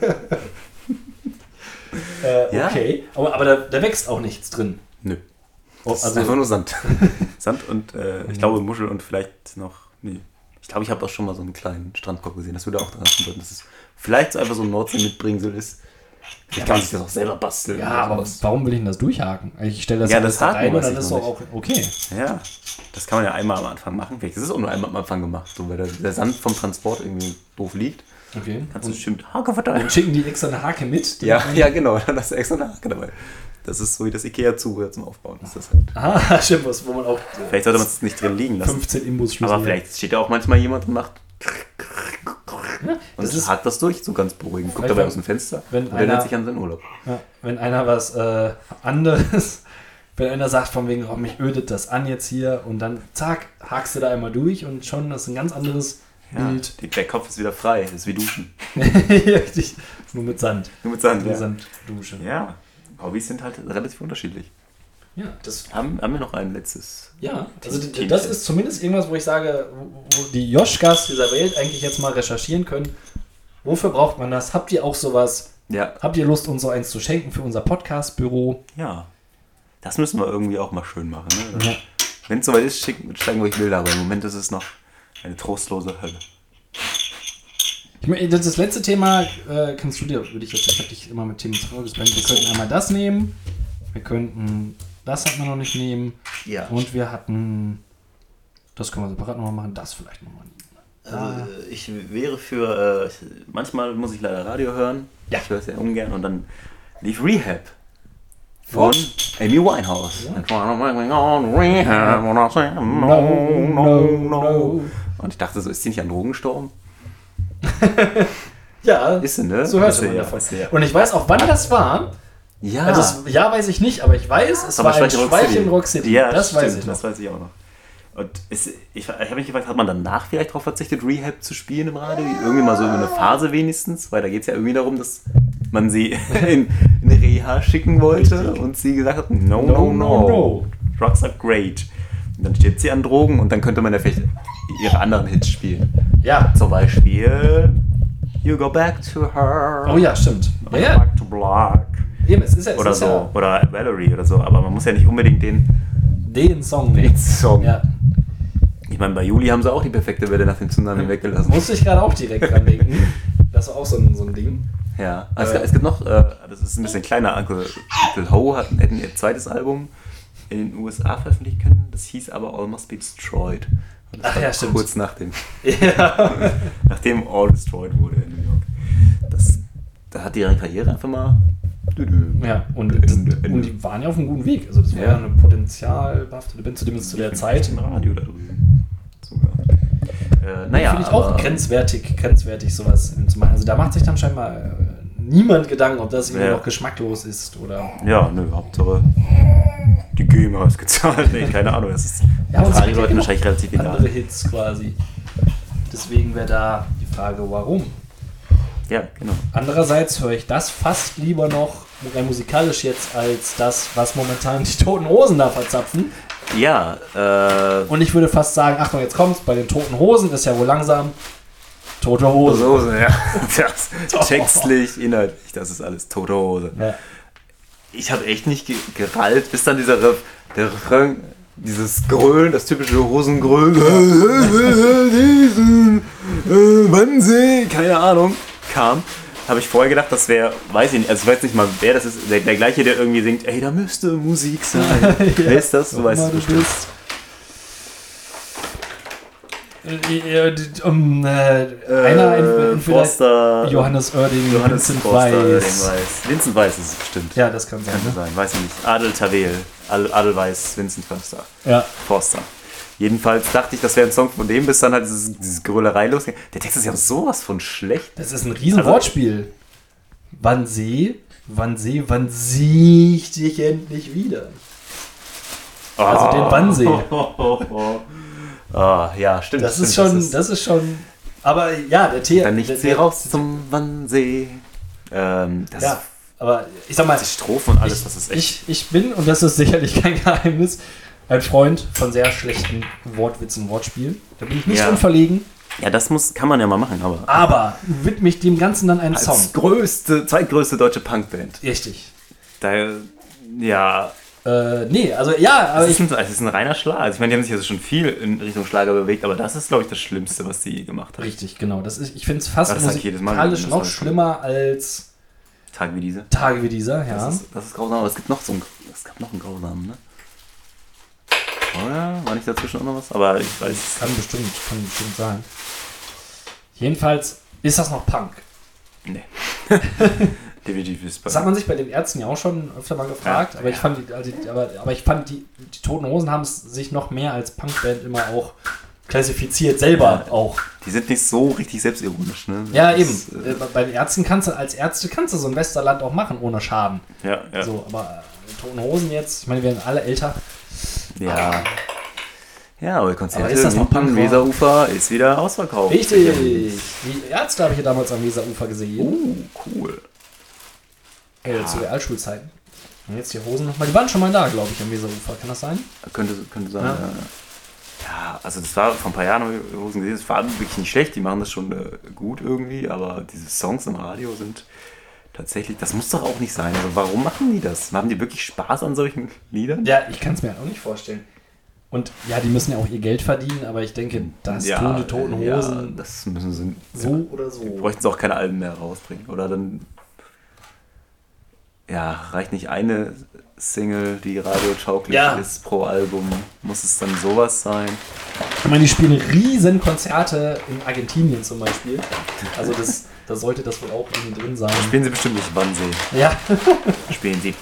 Okay, aber da wächst auch nichts drin. Nö. Das ist einfach nur Sand. Sand und ich glaube Muschel und vielleicht noch... Nee. Ich glaube, ich habe auch schon mal so einen kleinen Strandkorb gesehen. Das würde auch dran bedeuten, dass es vielleicht so einfach so ein Nordsee-Mitbringsel ist. Vielleicht kann man sich das auch selber basteln. Ja, aber warum will ich denn das durchhaken? Ich stelle das das da rein und dann ist doch auch okay. Ja, das kann man ja einmal am Anfang machen. Vielleicht ist es auch nur einmal am Anfang gemacht, so, weil der Sand vom Transport irgendwie doof liegt. Okay. Kannst du bestimmt Hake verteilen. Dann schicken die extra eine Hake mit? Ja, genau, dann hast du extra eine Hake dabei. Das ist so wie das Ikea-Zubehör zum Aufbauen. Ist das halt. Stimmt, wo man auch... Vielleicht sollte man es nicht drin liegen lassen. 15 Imbusschlüssel. Aber vielleicht steht ja auch manchmal jemand und macht... Das und hakt das durch, so ganz beruhigend. Guckt dabei aus dem Fenster und erinnert sich an seinen Urlaub. Ja, wenn einer was anderes... Wenn einer sagt von wegen, oh, mich ödet das an jetzt hier und dann zack, hakst du da einmal durch und schon ist ein ganz anderes Bild. Der Kopf ist wieder frei, das ist wie Duschen. Richtig, nur mit Sand. Nur mit Sand, ja. Sand duschen. Ja, Hobbys sind halt relativ unterschiedlich. Ja, das haben wir noch ein letztes. Ja, also das ist zumindest irgendwas, wo ich sage, wo die Joschkas dieser Welt eigentlich jetzt mal recherchieren können. Wofür braucht man das? Habt ihr auch sowas? Ja. Habt ihr Lust, uns so eins zu schenken für unser Podcast-Büro? Ja. Das müssen wir irgendwie auch mal schön machen. Ne? Ja. Wenn es soweit ist, steigen wir Bilder, aber im Moment ist es noch eine trostlose Hölle. Das letzte Thema kannst du dir, ich habe dich immer mit Themen vorgespannt. Wir könnten einmal das nehmen, wir könnten das hat man noch nicht nehmen. Ja. Und wir hatten, das können wir separat nochmal machen, das vielleicht nochmal nehmen. Also ich wäre für, manchmal muss ich leider Radio hören. Ja. Ich höre es ja ungern und dann lief Rehab von Amy Winehouse. No. Und ich dachte so, ist sie nicht an Drogen gestorben? Ja, ist sie, ne? So hört man davon. Und ich weiß auch, wann das war. Ja. Also das Jahr weiß ich nicht, aber ich weiß, es war ein Schweich in Rock City. Ja, das stimmt, weiß ich noch. Das weiß ich auch noch. Und ich habe mich gefragt, hat man danach vielleicht darauf verzichtet, Rehab zu spielen im Radio? Irgendwie mal so über eine Phase wenigstens, weil da geht es ja irgendwie darum, dass man sie in Reha schicken wollte. Richtig. Und sie gesagt hat, no. Drugs are great. Und dann stirbt sie an Drogen und dann könnte man ja vielleicht ihre anderen Hits spielen. Ja. Zum Beispiel You Go Back to Her. Oh ja, stimmt. Ja. Back to Black. Eben, es ist ja, oder so. Ja. Oder Valerie oder so. Aber man muss ja nicht unbedingt den Song nehmen. Ja. Ich meine, bei Juli haben sie auch die perfekte Welle nach dem Tsunami weggelassen. Musste ich gerade auch direkt dran denken. Das war auch so ein Ding. Ja, es gibt noch, das ist ein bisschen kleiner, Uncle Ho hätten ihr zweites Album in den USA veröffentlichen können. Das hieß aber All Must Be Destroyed. Ach ja, stimmt. Kurz nachdem All Destroyed wurde in New York. Da hat ihre Karriere einfach mal... Ja, und die waren ja auf einem guten Weg. Also das war ja eine potenzialbehaftete Band, zumindest zu der Zeit. Im Radio da drüben. Finde ich auch grenzwertig sowas zu machen. Also da macht sich dann scheinbar niemand Gedanken, ob das irgendwie noch geschmacklos ist oder... Ja, nö, Hauptsache die GEMA ist gezahlt. Nee, keine Ahnung, das ist Radio-Leuten wahrscheinlich relativ egal. Andere Hits quasi. Deswegen wäre da die Frage, warum? Ja, genau. Andererseits höre ich das fast lieber noch musikalisch jetzt als das, was momentan die Toten Hosen da verzapfen. Ja. Und ich würde fast sagen, Achtung, jetzt kommt's, bei den Toten Hosen ist ja wohl langsam Tote Hose. Tote Hose, ja. Das, textlich, inhaltlich, das ist alles Tote Hose. Ja. Ich habe echt nicht gerallt, bis dann der Refrain, dieses Grölen, das typische Hosengrölen, Wannsee, keine Ahnung, kam, habe ich vorher gedacht, das wäre, weiß ich nicht, also ich weiß nicht mal, wer das ist, der gleiche, der irgendwie singt, ey, da müsste Musik sein. Ja. Wer ist das? Du weißt es bestimmt. Einer Forster, Johannes Oerding, Vincent Weiss. Vincent Weiss ist es bestimmt. Ja, das kann sein. Weiß ich nicht. Adel Tawil, Adel Weiss, Vincent Förster. Ja. Forster. Jedenfalls dachte ich, das wäre ein Song von dem, bis dann halt diese Grölerei losging. Der Text ist ja sowas von schlecht. Das ist ein riesen Wortspiel. Wann sehe ich dich endlich wieder? Also den Wannsee. Ja, stimmt. Das ist schon. Aber ja, der Tee. Dann nicht sehr raus zum Wannsee. Aber ich sag mal. Die Strophen und alles, das ist echt. Ich bin, und das ist sicherlich kein Geheimnis, ein Freund von sehr schlechten Wortwitzen, Wortspielen. Da bin ich nicht unverlegen. Ja, kann man ja mal machen, aber widme ich dem Ganzen dann einen Song. Zweitgrößte deutsche Punkband. Richtig. Aber aber es ist ein reiner Schlag. Also ich meine, die haben sich also schon viel in Richtung Schlager bewegt, aber das ist, glaube ich, das Schlimmste, was die gemacht haben. Richtig, genau. Ich finde es fast musikalisch noch schlimmer als Tage wie diese. Tage wie dieser, ja. Das ist grausam, aber es gab noch einen grausamen, ne? Oder? War nicht dazwischen auch noch was? Aber ich weiß. Kann bestimmt sein. Jedenfalls ist das noch Punk. Nee. Definitiv ist Punk. Das hat man sich bei den Ärzten ja auch schon öfter mal gefragt, aber ich fand die Toten Hosen haben es sich noch mehr als Punkband immer auch klassifiziert, selber auch. Die sind nicht so richtig selbstironisch, ne? Ja, eben. Bei den Ärzten als Ärzte kannst du so ein Westerland auch machen, ohne Schaden. Ja. So, aber Toten Hosen jetzt, ich meine, wir werden alle älter. Ja. Ja, aber Konzerte ist das noch Punk? Weserufer ist wieder ausverkauft. Richtig. Die Ärzte habe ich ja damals am Weserufer gesehen. Cool. Zu Realschulzeiten. Und jetzt die Hosen nochmal. Die waren schon mal da, glaube ich, am Weserufer. Kann das sein? Könnte sein, ja. Ja, also das war vor ein paar Jahren, habe ich Hosen gesehen, das war wirklich nicht schlecht, die machen das schon gut irgendwie, aber diese Songs im Radio sind tatsächlich, das muss doch auch nicht sein. Also warum machen die das? Haben die wirklich Spaß an solchen Liedern? Ja, ich kann es mir auch nicht vorstellen. Und ja, die müssen ja auch ihr Geld verdienen, aber ich denke, das tun die Toten Hosen ja, das müssen sie so oder so. Die bräuchten sie auch keine Alben mehr rausbringen. Oder dann reicht nicht eine Single, die radiotauglich ist pro Album. Muss es dann sowas sein? Ich meine, die spielen riesen Konzerte in Argentinien zum Beispiel. Also da sollte das wohl auch irgendwie drin sein. Spielen sie bestimmt nicht Wannsee. Ja. Spielen sie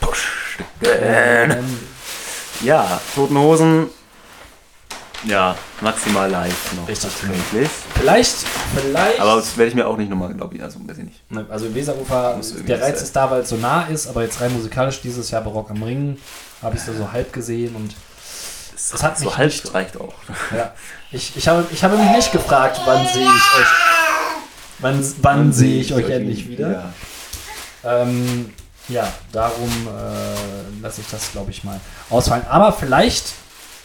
ja, Toten Hosen. Ja, maximal live noch. Richtig. Vielleicht. Aber das werde ich mir auch nicht nochmal, glaube ich. Also, weiß ich nicht. Also im Weserufer, der Reiz ist da, weil es so nah ist, aber jetzt rein musikalisch dieses Jahr Barock am Ring habe ich es da so halb gesehen und es hat mich so halb reicht auch. Ja. Ich habe mich nicht gefragt, wann sehe ich euch endlich wieder. Darum lasse ich das, glaube ich, mal ausfallen. Aber vielleicht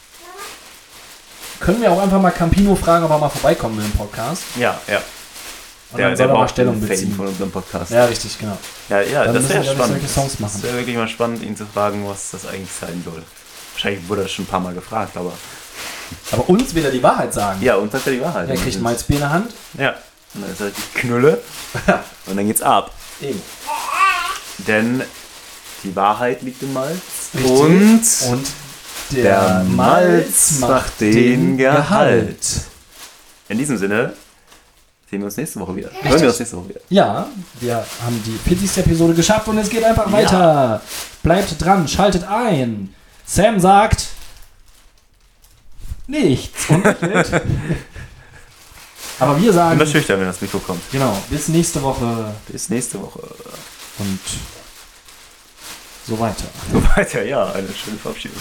können wir auch einfach mal Campino fragen, ob er mal vorbeikommen will im Podcast. Ja. Und der soll mal Stellung beziehen von unserem Podcast. Ja, richtig, genau. Ja, dann das wäre spannend. Solche Songs machen. Das wäre wirklich mal spannend, ihn zu fragen, was das eigentlich sein soll. Wahrscheinlich wurde das schon ein paar Mal gefragt, aber uns will er die Wahrheit sagen. Ja, uns sagt er die Wahrheit. Er kriegt ein Malzbier in der Hand. Ja. Und dann ist er die Knülle. Und dann geht's ab. Eben. Denn die Wahrheit liegt im Malz. Richtig. Und der Malz macht den Gehalt. In diesem Sinne sehen wir uns nächste Woche wieder. Hören wir uns nächste Woche wieder. Ja, wir haben die 40. Episode geschafft und es geht einfach weiter. Bleibt dran, schaltet ein. Sam sagt nichts. Und aber wir sagen... Ich bin das schüchtern, wenn das Mikro kommt. Genau, bis nächste Woche. Bis nächste Woche. Und so weiter. So weiter, ja. Eine schöne Verabschiedung.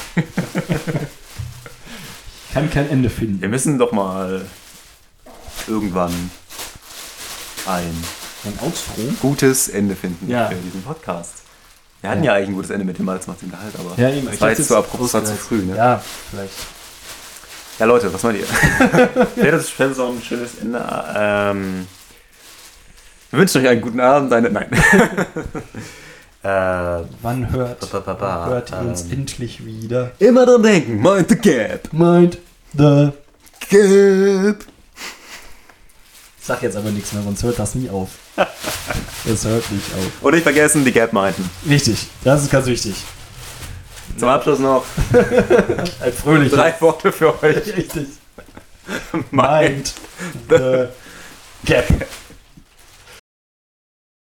Ich kann kein Ende finden. Wir müssen doch mal irgendwann ein gutes Ende finden für diesen Podcast. Wir hatten ja eigentlich ein gutes Ende mit dem Malz macht den Gehalt, aber das war jetzt zu abrupt, das war zu früh. Ne? Ja, vielleicht. Ja, Leute, was meint ihr? Wäre das auch ein schönes Ende? Wir wünschen euch einen guten Abend. Nein. Wann hört ihr uns endlich wieder? Immer dran denken, mind the gap. Mind the gap. sag jetzt aber nichts mehr, sonst hört das nie auf. Es hört nicht auf. Und nicht vergessen, die Gap-Meinten. Richtig, das ist ganz wichtig. Zum Abschluss noch Ein fröhliches. 3 Worte für euch. Richtig. Mind. Gap.